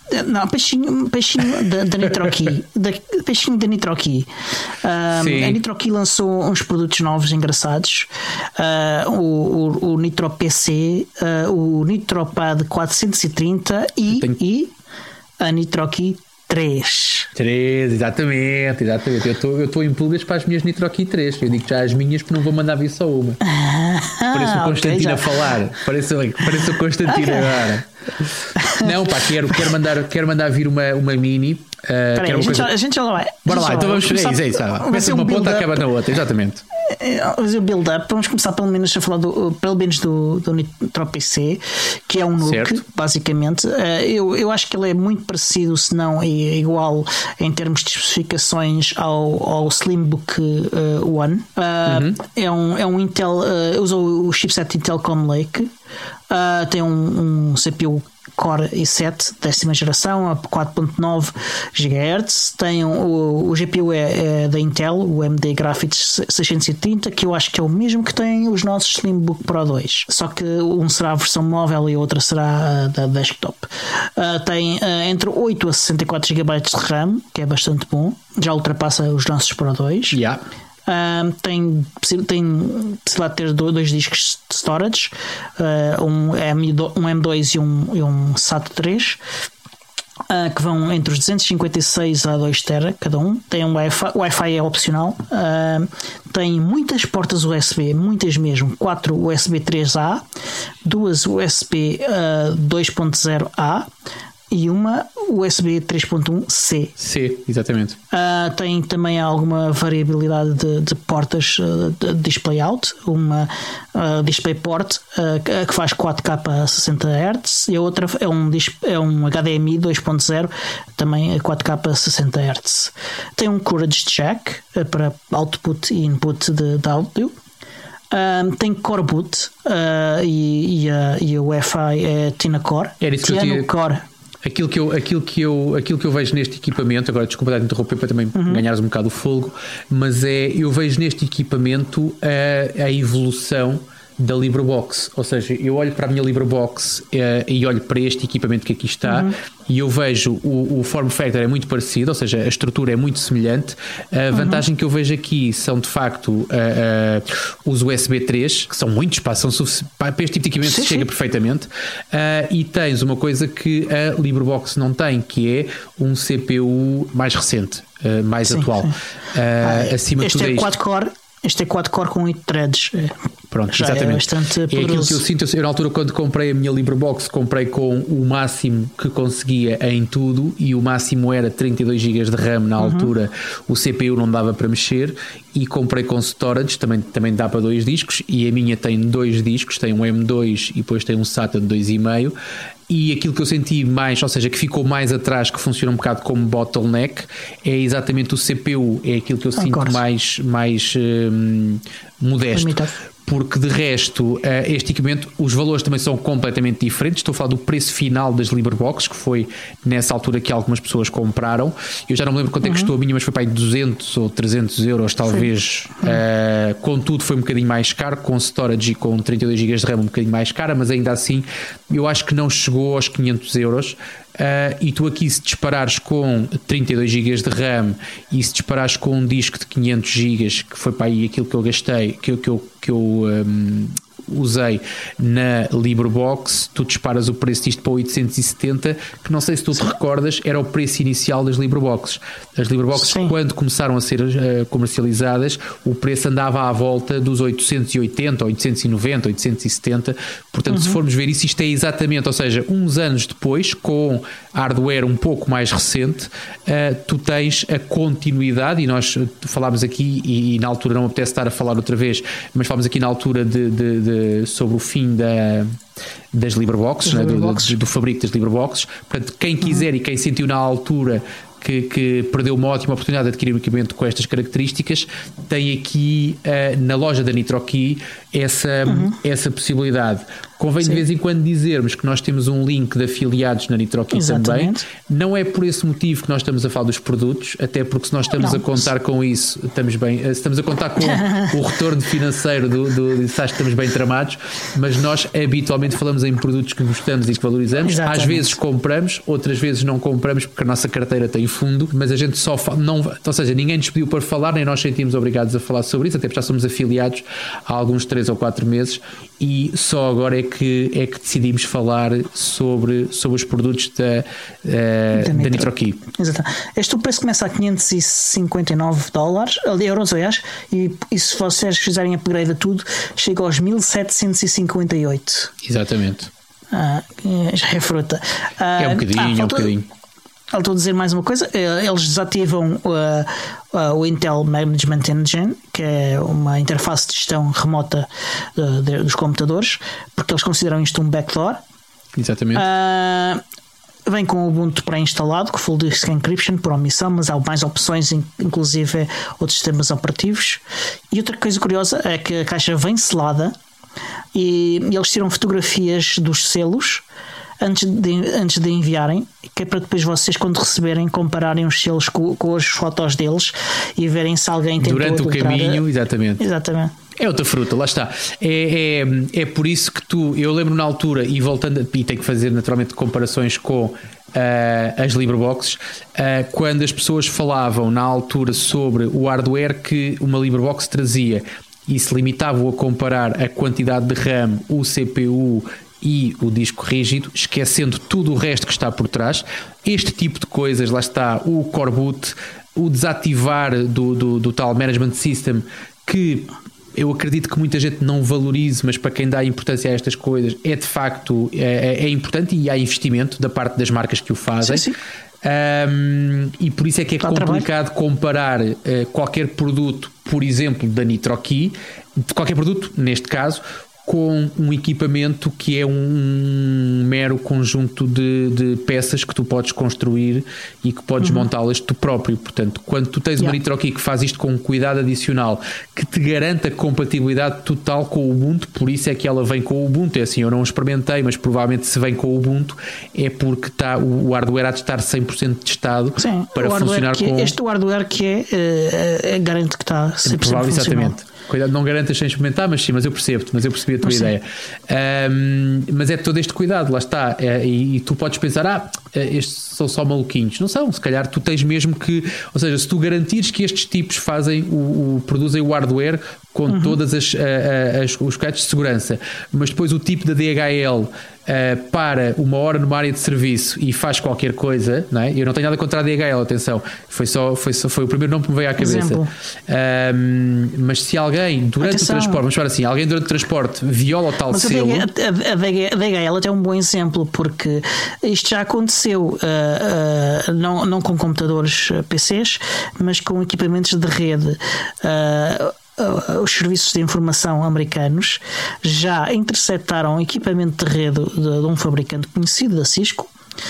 Não, peixinho, peixinho da, da NitroKey. Da, peixinho da NitroKey. Um, a NitroKey lançou uns produtos novos engraçados. Uh, o, o, o Nitro P C, uh, o NitroPad quatrocentos e trinta e, tenho... e a NitroKey três. três, exatamente, exatamente. Eu estou em pulgas para as minhas NitroKey três. Eu digo já as minhas que não vou mandar vir só uma. Parece o Constantino okay, a falar. Parece, parece o Constantino okay. agora. Não, pá, quero, quero, mandar, quero mandar vir uma, uma mini. Uh, Peraí, a, gente coisa... já, a gente já lá vai. Bora lá, então vamos fazer isso. É isso tá. Começa uma ponta, acaba na outra, exatamente. Fazer o build-up, vamos começar pelo menos a falar do, pelo menos do, do Nitro P C, que é um N U C, certo. Basicamente. Eu, eu acho que ele é muito parecido, se não é igual em termos de especificações ao, ao Slimbook uh, One. Uh, uhum. é, um, é um Intel, uh, usa o chipset Intel Comm Lake, uh, tem um, um C P U Core i sete, décima geração, a quatro ponto nove gigahertz. Tem o, o G P U é, é da Intel, o A M D Graphics seiscentos e trinta, que eu acho que é o mesmo que tem os nossos Slimbook Pro dois, só que um será a versão móvel e a outra será a da desktop. Uh, tem uh, entre oito a sessenta e quatro gigabytes de RAM, que é bastante bom, já ultrapassa os nossos Pro dois. Yeah. Uh, tem, tem possibilidade de ter dois discos de storage, uh, um, M, um M dois e um, e um SATA três, uh, que vão entre os duzentos e cinquenta e seis a dois tera cada um. Tem um Wi-Fi, o Wi-Fi é opcional. Uh, tem muitas portas U S B, muitas mesmo, quatro U S B três A, duas U S B uh, dois ponto zero A e uma U S B três ponto um C. C, exatamente. Uh, tem também alguma variabilidade de, de portas uh, de display out, uma uh, DisplayPort uh, que faz quatro K a sessenta hertz e a outra é um, é um H D M I dois ponto zero, também a quatro K a sessenta hertz. Tem um Courage Jack uh, para output e input de, de áudio. Um, tem Core Boot uh, e, e, a, e o Wi-Fi é Tina Core. Era isso que eu tinha... Core. Aquilo que, eu, aquilo, que eu, aquilo que eu vejo neste equipamento, agora desculpa de interromper para também uhum. ganhares um bocado o fogo, mas é, eu vejo neste equipamento a, a evolução da LibreBox, ou seja, eu olho para a minha LibreBox uh, e olho para este equipamento que aqui está uhum. e eu vejo o, o form factor é muito parecido, ou seja, a estrutura é muito semelhante. A uhum. vantagem que eu vejo aqui são de facto uh, uh, os U S B três, que são muitos, pá, são sufici- para este tipo de equipamento sim, chega sim. perfeitamente, uh, e tens uma coisa que a LibreBox não tem, que é um C P U mais recente, uh, mais sim, atual. Sim. Uh, ah, acima este de tudo é quatro core. Este é quatro core com oito threads. Pronto, já exatamente. É bastante poderoso. É aquilo que eu sinto. Eu, na altura, quando comprei a minha LibreBox, comprei com o máximo que conseguia em tudo e o máximo era trinta e dois gigas de RAM. Na altura, uhum. o C P U não dava para mexer e comprei com storage, também, também dá para dois discos. E a minha tem dois discos, tem um M dois e depois tem um SATA de dois vírgula cinco. E aquilo que eu senti mais, ou seja, que ficou mais atrás, que funciona um bocado como bottleneck, é exatamente o C P U. É aquilo que eu sinto Concordo. mais, mais hum, modesto. Limitado. Porque de resto, este equipamento, os valores também são completamente diferentes. Estou a falar do preço final das LibreBox, que foi nessa altura que algumas pessoas compraram. Eu já não me lembro quanto é que custou a minha, mas foi para aí duzentos ou trezentos euros, talvez. Uh, contudo, foi um bocadinho mais caro, com storage e com trinta e dois gigas de RAM, um bocadinho mais cara, mas ainda assim, eu acho que não chegou aos quinhentos euros. Uh, e tu aqui, se disparares com trinta e dois gigas de RAM e se disparares com um disco de quinhentos gigas, que foi para aí aquilo que eu gastei, que eu, que eu, que eu um, usei na LibreBox, tu disparas o preço disto para oitocentos e setenta, que não sei se tu te recordas, era o preço inicial das LibreBox. As LibreBox, Sim. quando começaram a ser uh, comercializadas, o preço andava à volta dos oitocentos e oitenta, oitocentos e noventa, oitocentos e setenta. Portanto, uhum. se formos ver isso, isto é exatamente, ou seja, uns anos depois, com hardware um pouco mais recente, uh, tu tens a continuidade, e nós falámos aqui, e, e na altura não me apetece estar a falar outra vez, mas falámos aqui na altura de, de, de sobre o fim da, das LibreBox, né, do, do, do fabrico das LibreBox. Portanto, quem quiser uhum. e quem sentiu na altura que, que perdeu uma ótima oportunidade de adquirir um equipamento com estas características, tem aqui uh, na loja da NitroKey essa, uhum. essa possibilidade. Convém Sim. de vez em quando dizermos que nós temos um link de afiliados na NitroKey também. Não é por esse motivo que nós estamos a falar dos produtos, até porque se nós estamos não. a contar com isso, estamos bem, se estamos a contar com o retorno financeiro do, do, do acho que estamos bem tramados, mas nós habitualmente falamos em produtos que gostamos e que valorizamos. Exatamente. Às vezes compramos, outras vezes não compramos porque a nossa carteira tem fundo, mas a gente só fala, não, ou seja, ninguém nos pediu para falar, nem nós sentimos obrigados a falar sobre isso, até porque já somos afiliados há alguns três ou quatro meses e só agora é que, é que decidimos falar sobre, sobre os produtos da, uh, da, da NitroKey. Exato. Este o preço começa a quinhentos e cinquenta e nove dólares, euros, aliás, e, e se vocês fizerem upgrade a tudo, chega aos mil setecentos e cinquenta e oito. Exatamente. Ah, já é fruta. Ah, é um bocadinho, ah, falta, é um bocadinho. Estou a dizer mais uma coisa, eles desativam uh, uh, o Intel Management Engine, que é uma interface de gestão remota uh, de, dos computadores, porque eles consideram isto um backdoor. Exatamente. Uh, vem com o Ubuntu pré-instalado, com Full Disk Encryption por omissão, mas há mais opções, inclusive outros sistemas operativos. E outra coisa curiosa é que a caixa vem selada e, e eles tiram fotografias dos selos antes de, antes de enviarem, que é para depois vocês, quando receberem, compararem os selos com, com as fotos deles e verem se alguém tentou durante o caminho, a... exatamente. Exatamente. É outra fruta, lá está. É, é, é por isso que tu, eu lembro na altura, e voltando, e tenho que fazer naturalmente comparações com uh, as LibreBoxes, uh, quando as pessoas falavam na altura sobre o hardware que uma LibreBox trazia e se limitavam a comparar a quantidade de RAM, o C P U e o disco rígido, esquecendo tudo o resto que está por trás, este tipo de coisas, lá está o Core Boot, o desativar do, do, do tal Management System, que eu acredito que muita gente não valorize, mas para quem dá importância a estas coisas é de facto é, é importante e há investimento da parte das marcas que o fazem. Sim, sim. Um, e por isso é que é Está complicado comparar uh, qualquer produto, por exemplo, da NitroKey, qualquer produto, neste caso, com um equipamento que é um mero conjunto de, de peças que tu podes construir e que podes uhum. montá-las tu próprio. Portanto, quando tu tens yeah. uma NitroKey que faz isto com um cuidado adicional, que te garanta compatibilidade total com o Ubuntu, por isso é que ela vem com o Ubuntu. É assim, eu não experimentei, mas provavelmente se vem com o Ubuntu é porque está, o hardware há de estar cem por cento testado. Sim, para funcionar com... É, este hardware que é, é, é garante que está cem por cento funcional. Exatamente. Cuidado, não garantas sem experimentar, mas sim, mas eu percebo-te, mas eu percebi a tua ideia. Um, mas é todo este cuidado, lá está. É, e, e tu podes pensar, ah, estes são só maluquinhos. Não são, se calhar tu tens mesmo que, ou seja, se tu garantires que estes tipos fazem o, o produzem o hardware com uhum. todas as, as, as os casos de segurança, mas depois o tipo da D H L uh, para uma hora numa área de serviço e faz qualquer coisa, não é? Eu não tenho nada contra a D H L, atenção, foi só foi, só, foi o primeiro nome que me veio à cabeça. Um, mas se alguém durante atenção. o transporte, vamos falar assim, alguém durante o transporte viola o tal mas selo. A, a, a D H L até é um bom exemplo, porque isto já aconteceu, uh, uh, não, não com computadores P Cs, mas com equipamentos de rede. Uh, os serviços de informação americanos já interceptaram equipamento de rede de, de um fabricante conhecido, da Cisco,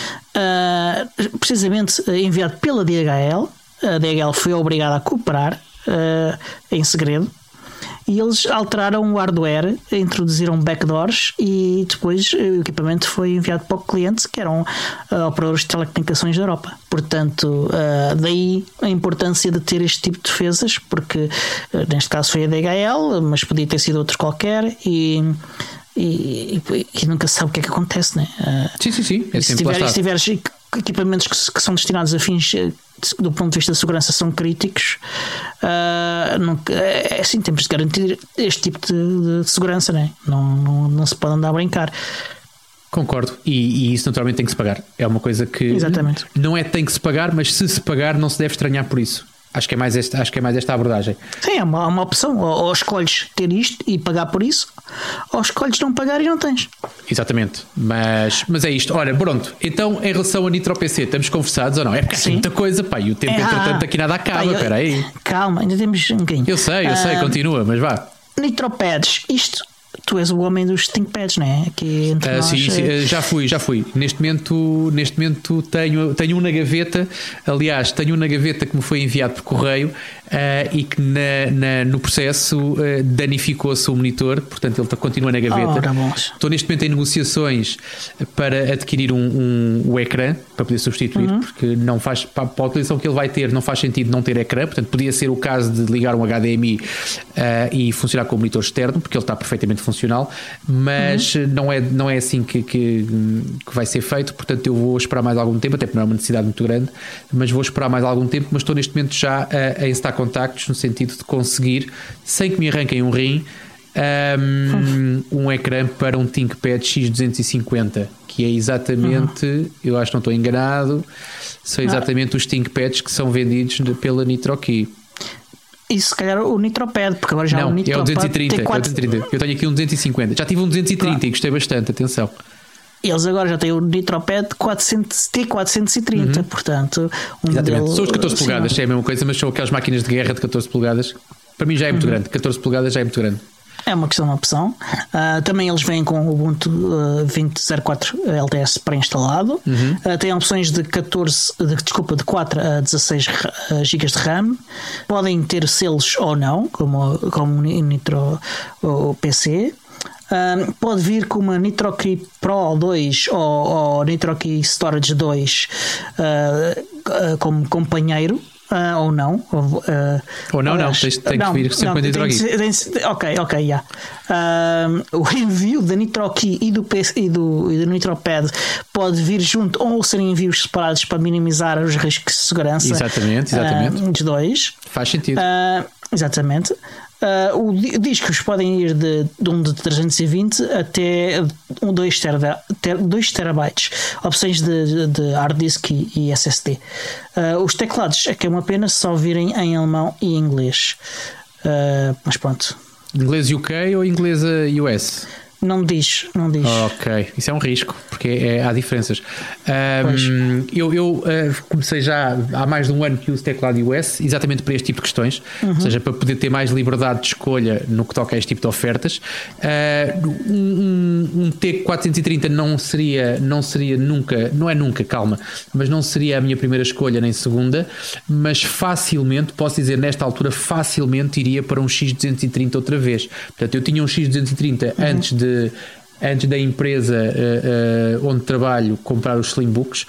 uh, precisamente enviado pela D H L. A D H L foi obrigada a cooperar uh, em segredo, e eles alteraram o hardware, introduziram backdoors e depois o equipamento foi enviado para o cliente, que eram uh, operadores de telecomunicações da Europa. Portanto, uh, daí a importância de ter este tipo de defesas, porque uh, neste caso foi a D H L, mas podia ter sido outro qualquer, e E, e, e nunca se sabe o que é que acontece, né? Sim, sim, sim. É se, tiver, se tiveres equipamentos que, que são destinados a fins do ponto de vista de segurança são críticos, uh, nunca, é assim, temos de garantir este tipo de, de segurança, né? não, não, não se pode andar a brincar. Concordo, e, e isso naturalmente tem que se pagar. É uma coisa que Exatamente. não é tem que se pagar, mas se se pagar não se deve estranhar por isso. Acho que é mais esta, acho que é mais esta abordagem. Sim, é uma, uma opção. Ou, ou escolhes ter isto e pagar por isso, ou escolhes não pagar e não tens. Exatamente. Mas, mas é isto. Olha, pronto. Então, em relação a NitroPC, estamos conversados ou não? É porque há muita coisa, pá. E o tempo, é, entretanto, aqui nada acaba. Pá, Espera aí. Calma, ainda temos um bocadinho. Eu sei, eu sei. Uh, continua, mas vá. NitroPads. Isto tu és o homem dos ThinkPads, não é? Que entre uh, nós, sim, sim, é... já fui, já fui. Neste momento, neste momento tenho, tenho um na gaveta, aliás, tenho um na gaveta que me foi enviado por correio uh, e que na, na, no processo uh, danificou-se o monitor, portanto ele continua na gaveta. Oh, estou neste momento em negociações para adquirir um, um, um ecrã para poder substituir, uhum. porque não faz, para, para a utilização que ele vai ter, não faz sentido não ter ecrã, portanto podia ser o caso de ligar um H D M I uh, e funcionar com o monitor externo, porque ele está perfeitamente funcional, mas uhum. não, é, não é assim que, que, que vai ser feito, portanto eu vou esperar mais algum tempo, até porque não é uma necessidade muito grande, mas vou esperar mais algum tempo, mas estou neste momento já a, a encetar contactos no sentido de conseguir, sem que me arranquem um rim, um, um ecrã para um ThinkPad X duzentos e cinquenta, que é exatamente, uhum. eu acho que não estou enganado, são exatamente ah. os ThinkPads que são vendidos pela NitroKey. E se calhar o NitroPad, porque agora já não, o NitroPad é o duzentos e trinta, tem quatro... é o duzentos e trinta. Eu tenho aqui um duzentos e cinquenta. Já tive um duzentos e trinta claro. E gostei bastante, atenção. Eles agora já têm o NitroPad quatrocentos, T quatrocentos e trinta, uhum. portanto... Um exatamente, modelo... são os catorze polegadas, sim, é a mesma coisa, mas são aquelas máquinas de guerra de catorze polegadas. Para mim já é muito uhum. grande, catorze polegadas já é muito grande. É uma questão de opção. Uh, também eles vêm com o Ubuntu uh, vinte ponto zero quatro L T S pré-instalado. Uhum. Uh, tem opções de catorze, de, desculpa, de quatro a dezasseis gigas de RAM. Podem ter selos ou não, como, como o Nitro o P C. Uh, pode vir com uma NitroKey Pro dois ou, ou NitroKey Storage dois uh, uh, como companheiro. Uh, ou não uh, ou não, aliás, não, tens, tem não, que vir sempre com a NitroKey. Ok, ok, já. Yeah. Uh, o envio da NitroKey e do, P C, e do, e do NitroPad pode vir junto ou serem envios separados para minimizar os riscos de segurança. Exatamente, exatamente. Uh, dos dois. Faz sentido. Uh, exatamente. Uh, o, discos podem ir de, de um de trezentos e vinte até um dois terabytes, opções de, de hard disk e, e S S D. Uh, os teclados é que é uma pena só virem em alemão e inglês, uh, mas pronto. Inglês U K ou inglês U S? Não diz, não diz. Ok, isso é um risco, porque é, há diferenças. Um, eu eu uh, comecei já há mais de um ano que uso teclado U S, exatamente para este tipo de questões, uhum. ou seja, para poder ter mais liberdade de escolha no que toca a este tipo de ofertas. Uh, um, um T quatrocentos e trinta não seria, não seria nunca, não é nunca, calma, mas não seria a minha primeira escolha nem segunda, mas facilmente, posso dizer nesta altura, facilmente iria para um X duzentos e trinta outra vez. Portanto, eu tinha um X duzentos e trinta uhum. antes de antes da empresa uh, uh, onde trabalho comprar os Slimbooks,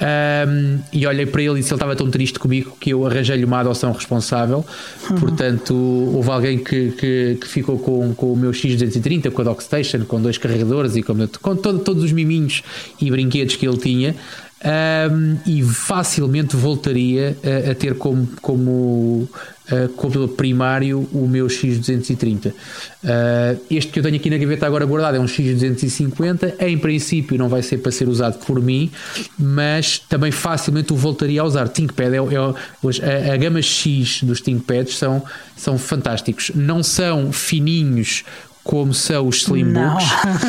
um, e olhei para ele e disse, ele estava tão triste comigo que eu arranjei-lhe uma adoção responsável. Uhum. Portanto, houve alguém que, que, que ficou com, com o meu X duzentos e trinta, com a Dockstation, com dois carregadores e com, com todo, todos os miminhos e brinquedos que ele tinha. Um, e facilmente voltaria a, a ter como, como, uh, como primário o meu X duzentos e trinta. Uh, este que eu tenho aqui na gaveta agora guardado é um X duzentos e cinquenta. Em princípio não vai ser para ser usado por mim, mas também facilmente o voltaria a usar. ThinkPad é, é a, a gama X dos ThinkPads são, são fantásticos. Não são fininhos como são os Slimbooks,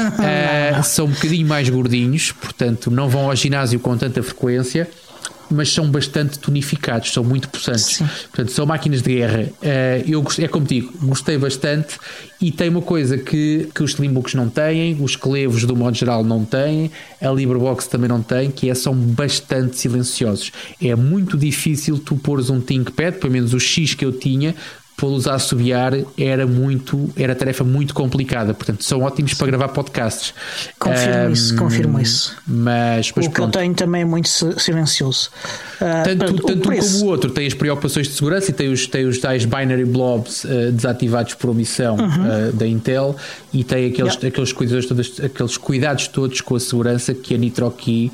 uh, são um bocadinho mais gordinhos, portanto não vão ao ginásio com tanta frequência, mas são bastante tonificados, são muito possantes. Sim. Portanto, são máquinas de guerra. Uh, eu gostei, é como digo, gostei bastante, e tem uma coisa que, que os Slimbooks não têm, os Clevos do modo geral não têm, a LibreBox também não tem, que é, são bastante silenciosos. É muito difícil tu pôres um ThinkPad, pelo menos o X que eu tinha, pô-los a assobiar era muito, era tarefa muito complicada, portanto são ótimos para gravar podcasts. Confirmo um, isso, confirmo isso. Mas, mas o que pronto. Eu tenho também é muito silencioso. Uh, tanto portanto, tanto o um como o outro tem as preocupações de segurança e tem os, tem os tais binary blobs uh, desativados por omissão uhum. uh, da Intel, e tem aqueles, yeah. aqueles, cuidados todos, aqueles cuidados todos com a segurança que a NitroKey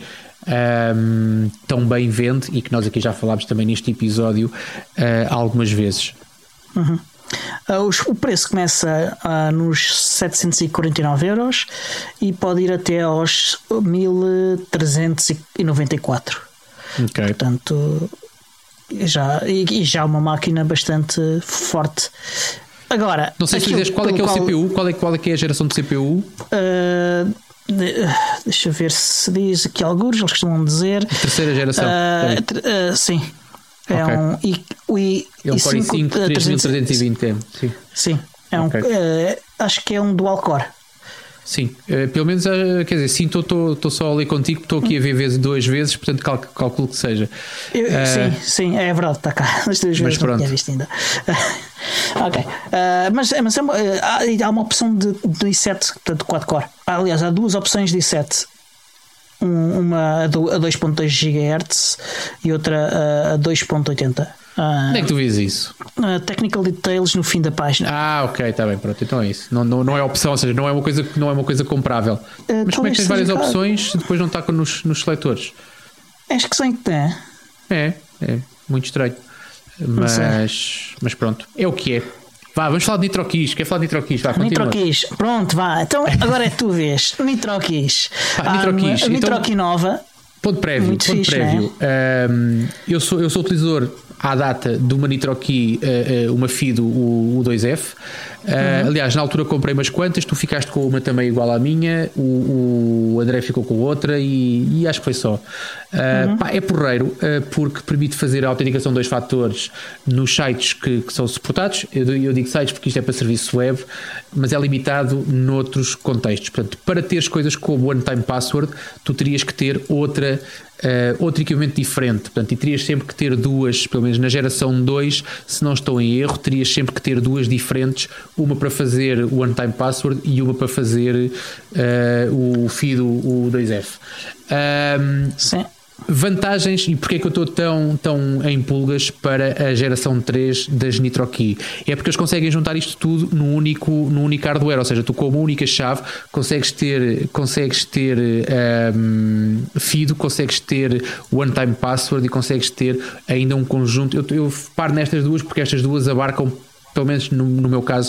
um, tão bem vende, e que nós aqui já falámos também neste episódio uh, algumas vezes. Uhum. Uh, os, o preço começa uh, nos setecentos e quarenta e nove euros e pode ir até aos mil trezentos e noventa e quatro. Okay. Portanto, já, e, e já uma máquina bastante forte. Agora, não sei se dizes qual é que é o qual, C P U, qual é, qual é que é a geração de C P U? Uh, de, deixa eu ver se diz aqui alguns, eles costumam dizer. Terceira geração. Uh, ter, uh, sim. É okay. um, I, I, é um Core i cinco três mil trezentos e vinte. Sim. Sim. É um, okay. uh, acho que é um dual core. Sim, uh, pelo menos, uh, quer dizer, sim, estou só ali contigo, estou aqui a ver vezes duas vezes, portanto cal, calculo que seja. Eu, uh, sim, sim, é verdade, está cá. As duas vezes não tinha visto ainda. Ok, uh, mas, mas é uma, uh, há, há uma opção de, de i sete, portanto, quatro core. Aliás, há duas opções de i sete. Um, uma a dois ponto dois gigahertz e outra a dois ponto oitenta. Uh, Onde é que tu vês isso? Uh, technical details no fim da página. Ah, ok, está bem, pronto, então é isso. Não, não, não é opção, ou seja, não é uma coisa, não é uma coisa comprável. Uh, Mas como é que tens várias opções e depois não está nos, nos seletores? Acho que sim que tem. É, é muito estranho. Mas, mas pronto, é o que é. Vá, vamos falar de NitroKeys. Quer falar de NitroKeys? Vá, NitroKeys, pronto, vá. Então agora é tu vês. NitroKeys. Ah, NitroKeys. A NitroKey então, nova. Ponto prévio. Muito ponto fixe, prévio. É? Um, eu, sou, eu sou utilizador à data de uma NitroKey, uh, uh, uma Fido, o, o dois F. Uh, uhum. Aliás, na altura comprei umas quantas, tu ficaste com uma também igual à minha, o, o André ficou com outra e, e acho que foi só. Uh, uhum. pá, é porreiro, uh, porque permite fazer a autenticação de dois fatores nos sites que, que são suportados. Eu, eu digo sites porque isto é para serviço web, mas é limitado noutros contextos. Portanto, para teres coisas como One Time Password, tu terias que ter outra Uh, outro equipamento diferente, portanto, e terias sempre que ter duas, pelo menos na geração dois, se não estou em erro, terias sempre que ter duas diferentes, uma para fazer o One Time Password e uma para fazer uh, o Fido, o dois F. Um, Sim. Vantagens, e porque é que eu estou tão, tão em pulgas para a geração três das NitroKey? É porque eles conseguem juntar isto tudo num único, num único hardware, ou seja, tu com uma única chave consegues ter, consegues ter um, Fido, consegues ter One Time Password e consegues ter ainda um conjunto. Eu, eu paro nestas duas porque estas duas abarcam, pelo menos no, no meu caso,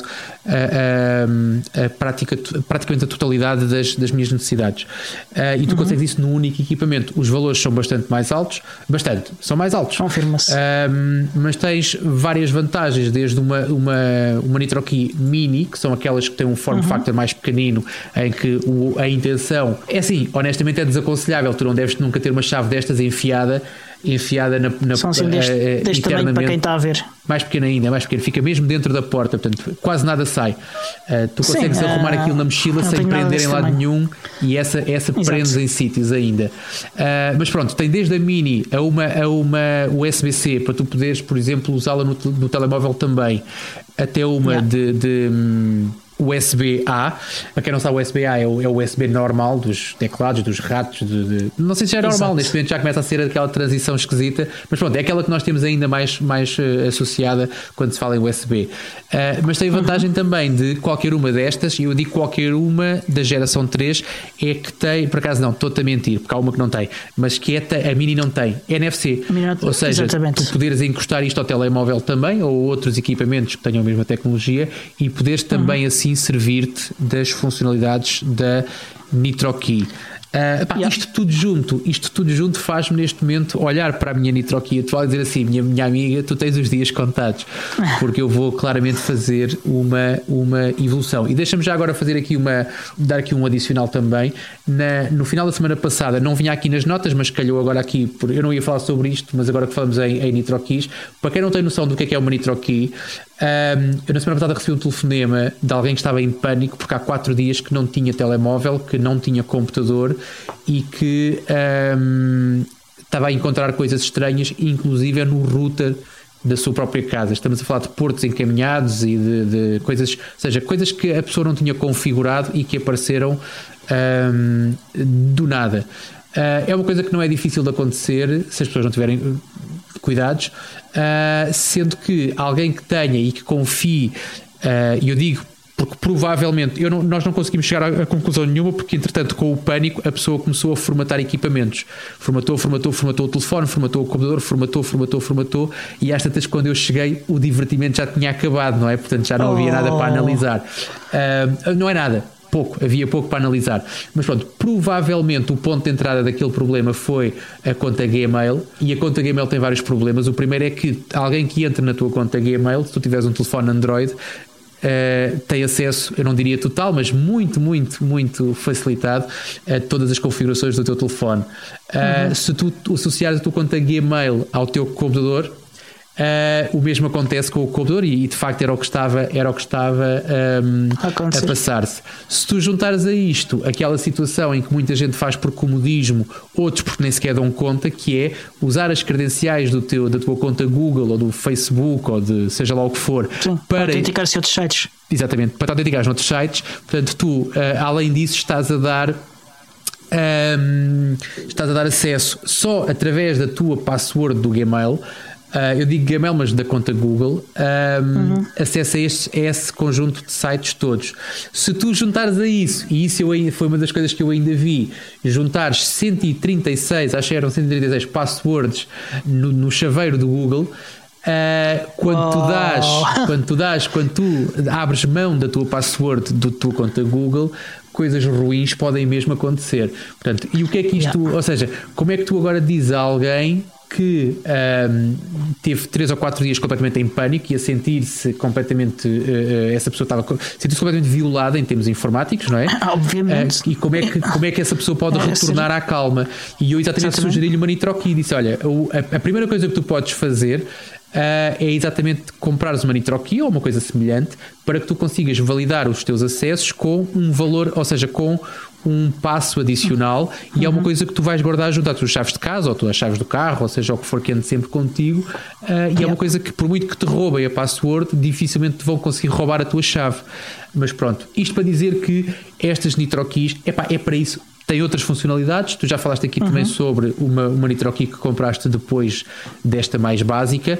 a, a, a prática, praticamente a totalidade das, das minhas necessidades. Uh, e tu uhum. consegues isso num único equipamento. Os valores são bastante mais altos, bastante, são mais altos. Confirma-se. Uh, mas tens várias vantagens, desde uma, uma, uma NitroKey Mini, que são aquelas que têm um form uhum. factor mais pequenino, em que o, a intenção é assim, honestamente é desaconselhável, tu não deves nunca ter uma chave destas enfiada enfiada na, na são assim deste, uh, deste tamanho para quem está a ver, mais pequena ainda, mais pequena, fica mesmo dentro da porta, portanto quase nada sai. Uh, tu consegues Sim, arrumar uh, aquilo na mochila sem prender em lado tamanho. nenhum e essa, essa prendes em sítios ainda. Uh, mas pronto, tem desde a Mini a uma, a uma U S B C para tu poderes, por exemplo, usá-la no, no telemóvel também, até uma yeah. de, de um, U S B-A. Para quem não sabe, o U S B-A é o, é o U S B normal dos teclados, dos ratos, de, de... não sei se já é normal, Exato. neste momento já começa a ser aquela transição esquisita, mas pronto, é aquela que nós temos ainda mais, mais uh, associada quando se fala em U S B. Uh, mas tem vantagem uhum. também de qualquer uma destas, e eu digo qualquer uma da geração três, é que tem, por acaso não, estou-te a mentir, porque há uma que não tem, mas que é, a Mini não tem, N F C, ou seja, Exatamente. tu poderes encostar isto ao telemóvel também, ou outros equipamentos que tenham a mesma tecnologia, e poderes também uhum. assim servir-te das funcionalidades da NitroKey. Uh, pá, yeah. Isto tudo junto, isto tudo junto faz-me neste momento olhar para a minha NitroKey atual e dizer assim, minha, minha amiga, tu tens os dias contados, porque eu vou claramente fazer uma, uma evolução. E deixa-me já agora fazer aqui uma, dar aqui um adicional também. Na, no final da semana passada, não vinha aqui nas notas, mas calhou agora aqui, por, eu não ia falar sobre isto, mas agora que falamos em, em NitroKeys, para quem não tem noção do que é que é uma NitroKey, um, eu na semana passada recebi um telefonema de alguém que estava em pânico porque há quatro dias que não tinha telemóvel, que não tinha computador e que um, estava a encontrar coisas estranhas, inclusive no router da sua própria casa. Estamos a falar de portos encaminhados e de, de coisas, ou seja, coisas que a pessoa não tinha configurado e que apareceram um, do nada. Uh, é uma coisa que não é difícil de acontecer se as pessoas não tiverem cuidados, uh, sendo que alguém que tenha e que confie, e uh, eu digo porque provavelmente eu não, nós não conseguimos chegar a, a conclusão nenhuma, porque entretanto com o pânico a pessoa começou a formatar equipamentos, formatou, formatou, formatou o telefone, formatou o computador, formatou, formatou, formatou e às tantas quando eu cheguei o divertimento já tinha acabado, não é? Portanto já não havia oh. nada para analisar, uh, não é nada pouco, havia pouco para analisar, mas pronto, provavelmente o ponto de entrada daquele problema foi a conta Gmail, e a conta Gmail tem vários problemas. O primeiro é que alguém que entra na tua conta Gmail, se tu tiveres um telefone Android, uh, tem acesso, eu não diria total, mas muito, muito, muito facilitado a todas as configurações do teu telefone. Uh, uhum. Se tu associares a tua conta Gmail ao teu computador, Uh, o mesmo acontece com o computador e, e de facto era o que estava, era o que estava um, a passar-se. Se tu juntares a isto aquela situação em que muita gente faz por comodismo, outros porque nem sequer dão conta, que é usar as credenciais do teu, da tua conta Google ou do Facebook ou de seja lá o que for, sim, para autenticar-se outros sites. Exatamente, para te autenticar noutros sites. Portanto, tu, uh, além disso, estás a dar um, estás a dar acesso só através da tua password do Gmail. Uh, eu digo Gmail, mas da conta Google, um, uhum. acesso a, este, a esse conjunto de sites todos. Se tu juntares a isso, e isso eu, foi uma das coisas que eu ainda vi, juntares cento e trinta e seis, acho que eram cento e trinta e seis passwords no, no chaveiro do Google, uh, quando, oh. tu dás, quando tu dás, quando tu abres mão da tua password da tua conta Google, coisas ruins podem mesmo acontecer. Portanto, e o que é que isto, yeah. ou seja, como é que tu agora dizes a alguém que um, teve três ou quatro dias completamente em pânico e a sentir-se completamente uh, essa pessoa estava sentir-se completamente violada em termos informáticos, não é? Obviamente. Uh, e como é, que, como é que essa pessoa pode é, retornar à calma? E eu exatamente, exatamente. sugeri-lhe uma NitroKey e disse, olha, a, a primeira coisa que tu podes fazer Uh, é exatamente comprares uma NitroKey ou uma coisa semelhante para que tu consigas validar os teus acessos com um valor, ou seja, com um passo adicional, uhum. e é uma coisa que tu vais guardar junto às tuas chaves de casa ou às tuas chaves do carro, ou seja, o que for que ande sempre contigo, uh, e yeah. é uma coisa que por muito que te roubem a password, dificilmente te vão conseguir roubar a tua chave. Mas pronto, isto para dizer que estas NitroKeys, epá, é para isso. Tem outras funcionalidades, tu já falaste aqui uhum. também sobre uma, uma NitroKey que compraste depois desta mais básica,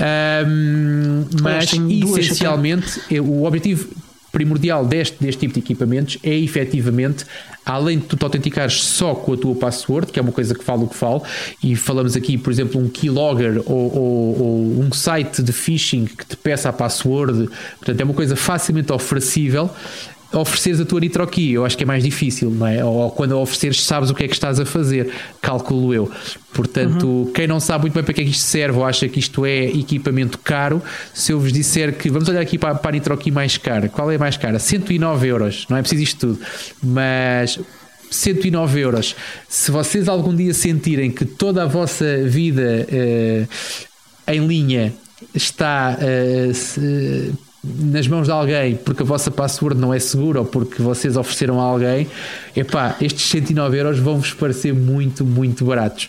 um, mas essencialmente o objetivo primordial deste, deste tipo de equipamentos é efetivamente, além de tu te autenticares só com a tua password, que é uma coisa que fala o que fala, e falamos aqui, por exemplo, um keylogger ou, ou, ou um site de phishing que te peça a password, portanto é uma coisa facilmente oferecível. Ofereceres a tua NitroKey, eu acho que é mais difícil, não é? Ou quando a ofereceres sabes o que é que estás a fazer, calculo eu. Portanto, uhum. quem não sabe muito bem para que é que isto serve ou acha que isto é equipamento caro, se eu vos disser que, vamos olhar aqui para, para a NitroKey mais cara, qual é a mais cara? cento e nove euros, não é preciso isto tudo, mas cento e nove euros. Se vocês algum dia sentirem que toda a vossa vida uh, em linha está uh, se, nas mãos de alguém porque a vossa password não é segura ou porque vocês ofereceram a alguém, epá, estes cento e nove euros vão-vos parecer muito, muito baratos,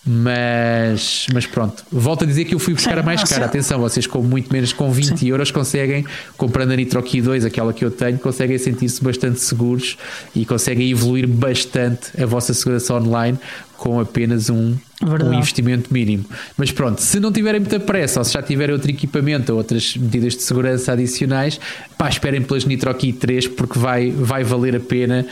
mas, mas pronto, volto a dizer que eu fui buscar a mais cara. Atenção, vocês com muito menos, com vinte Sim. euros conseguem, comprando a NitroKey dois, aquela que eu tenho, conseguem sentir-se bastante seguros e conseguem evoluir bastante a vossa segurança online com apenas um, um investimento mínimo. Mas pronto, se não tiverem muita pressa ou se já tiverem outro equipamento ou outras medidas de segurança adicionais, pá, esperem pelas NitroKey três porque vai, vai valer a pena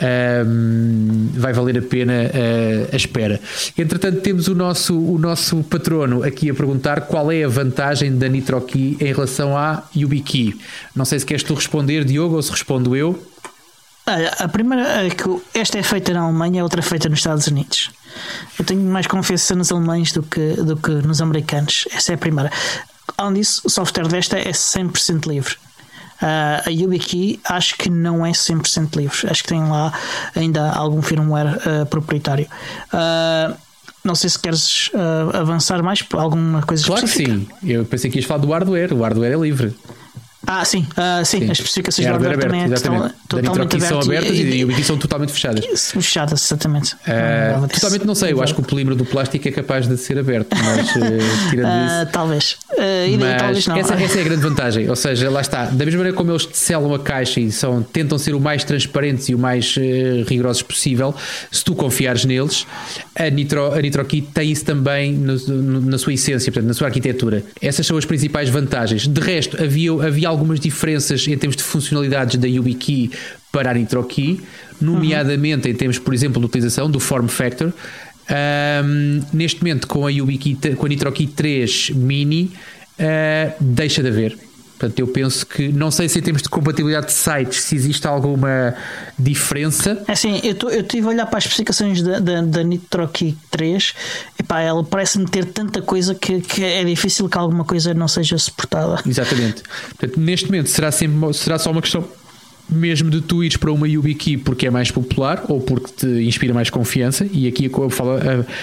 um, vai valer a pena uh, a espera. Entretanto, temos o nosso, o nosso patrono aqui a perguntar qual é a vantagem da NitroKey em relação à YubiKey. Não sei se queres tu responder, Diogo, ou se respondo eu. A primeira é que esta é feita na Alemanha, a outra é feita nos Estados Unidos. Eu tenho mais confiança nos alemães do que, do que nos americanos. Essa é a primeira. Além disso, o software desta é cem por cento livre. Uh, a YubiKey acho que não é cem por cento livre. Acho que tem lá ainda algum firmware uh, proprietário. Uh, Não sei se queres uh, avançar mais por alguma coisa claro específica. Claro que sim. Eu pensei que ias falar do hardware. O hardware é livre. Ah, sim, uh, sim, sim, as especificações do hardware também é totalmente abertas. São abertas e, e, e YubiKey são totalmente fechadas. Fechadas, exatamente. Uh, totalmente não sei, eu acho que o polímero do plástico é capaz de ser aberto, mas uh, tirando uh, isso. Talvez. Uh, mas talvez não. Essa, essa é a grande vantagem, ou seja, lá está, da mesma maneira como eles te selam a caixa e são, tentam ser o mais transparentes e o mais uh, rigorosos possível, se tu confiares neles, a, Nitro, a NitroKey tem isso também no, no, na sua essência, portanto, na sua arquitetura. Essas são as principais vantagens. De resto, havia, havia algumas diferenças em termos de funcionalidades da YubiKey para a NitroKey, nomeadamente uhum. em termos, por exemplo, de utilização do form factor. Um, neste momento, com a YubiKey, com a NitroKey três Mini, uh, deixa de haver. Portanto, eu penso que, não sei se em termos de compatibilidade de sites, se existe alguma diferença. É assim, eu estive a olhar para as especificações da, da, da NitroKey três, e pá, ela parece-me ter tanta coisa que, que é difícil que alguma coisa não seja suportada. Exatamente. Portanto, neste momento será, sempre, será só uma questão mesmo de tu ires para uma YubiKey porque é mais popular ou porque te inspira mais confiança, e aqui eu falo... Uh,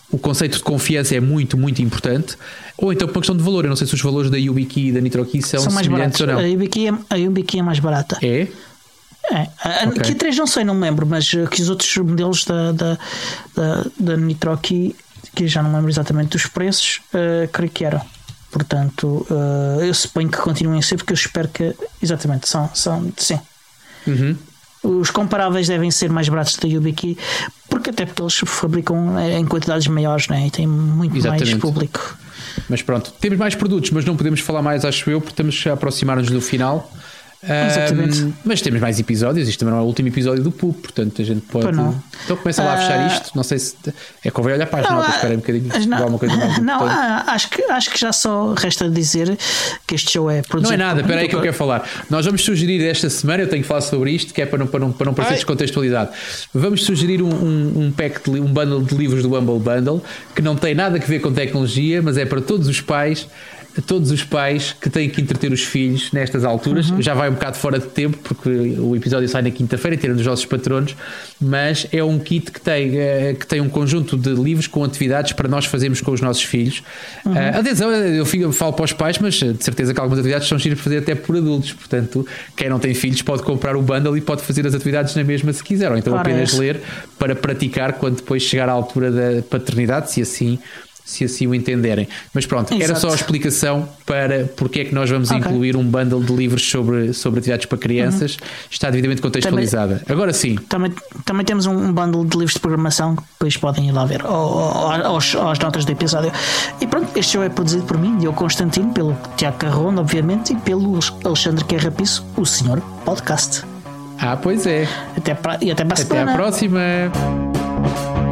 o conceito de confiança é muito, muito importante, ou então por uma questão de valor. Eu não sei se os valores da YubiKey e da NitroKey são, são mais baratos. Ou não. A YubiKey é, a YubiKey é mais barata. É? É. A okay. Q três não sei, não me lembro, mas que os outros modelos da, da, da, da NitroKey, que já não me lembro exatamente dos preços, uh, creio que eram. Portanto, uh, eu suponho que continuem a ser, porque eu espero que, exatamente, são, são sim. Uhum. Os comparáveis devem ser mais baratos da YubiKey, porque até porque eles fabricam em quantidades maiores, né? E têm muito exatamente. mais público. Mas pronto, temos mais produtos, mas não podemos falar mais, acho eu, porque estamos a aproximar-nos do final. Exatamente. Um, mas temos mais episódios. Isto também não é o último episódio do P U B, portanto a gente pode. Então começa lá a fechar isto. Não sei se é que eu vou olhar para as notas. Espera aí um bocadinho. Não, alguma coisa mais não acho, que, acho que já só resta dizer que este show é produzido. Não é nada, espera aí que eu quero falar. Nós vamos sugerir esta semana, eu tenho que falar sobre isto, que é para não, para não, para não parecer descontextualidade. Vamos sugerir um, um, um pack, de, um bundle de livros do Humble Bundle, que não tem nada a ver com tecnologia, mas é para todos os pais. A todos os pais que têm que entreter os filhos nestas alturas. Uhum. Já vai um bocado fora de tempo, porque o episódio sai na quinta-feira, tirando os nossos patronos, mas é um kit que tem, que tem um conjunto de livros com atividades para nós fazermos com os nossos filhos. Uhum. Uh, atenção, eu, fico, eu falo para os pais, mas de certeza que algumas atividades são giras para fazer até por adultos. Portanto, quem não tem filhos pode comprar o bundle e pode fazer as atividades na mesma se quiser, ou então claro, apenas é ler para praticar quando depois chegar à altura da paternidade, se assim se assim o entenderem. Mas pronto, exato. Era só a explicação para porque é que nós vamos okay. incluir um bundle de livros sobre, sobre atividades para crianças. Uhum. Está devidamente contextualizada. Também, agora sim. Também, também temos um bundle de livros de programação que depois podem ir lá ver aos, às notas do episódio. E pronto, este show é produzido por mim, Diogo Constantino, pelo Tiago Carrona, obviamente, e pelo Alexandre Carrapiço, o senhor podcast. Ah, pois é. Até pra, e até para a Até semana. à próxima.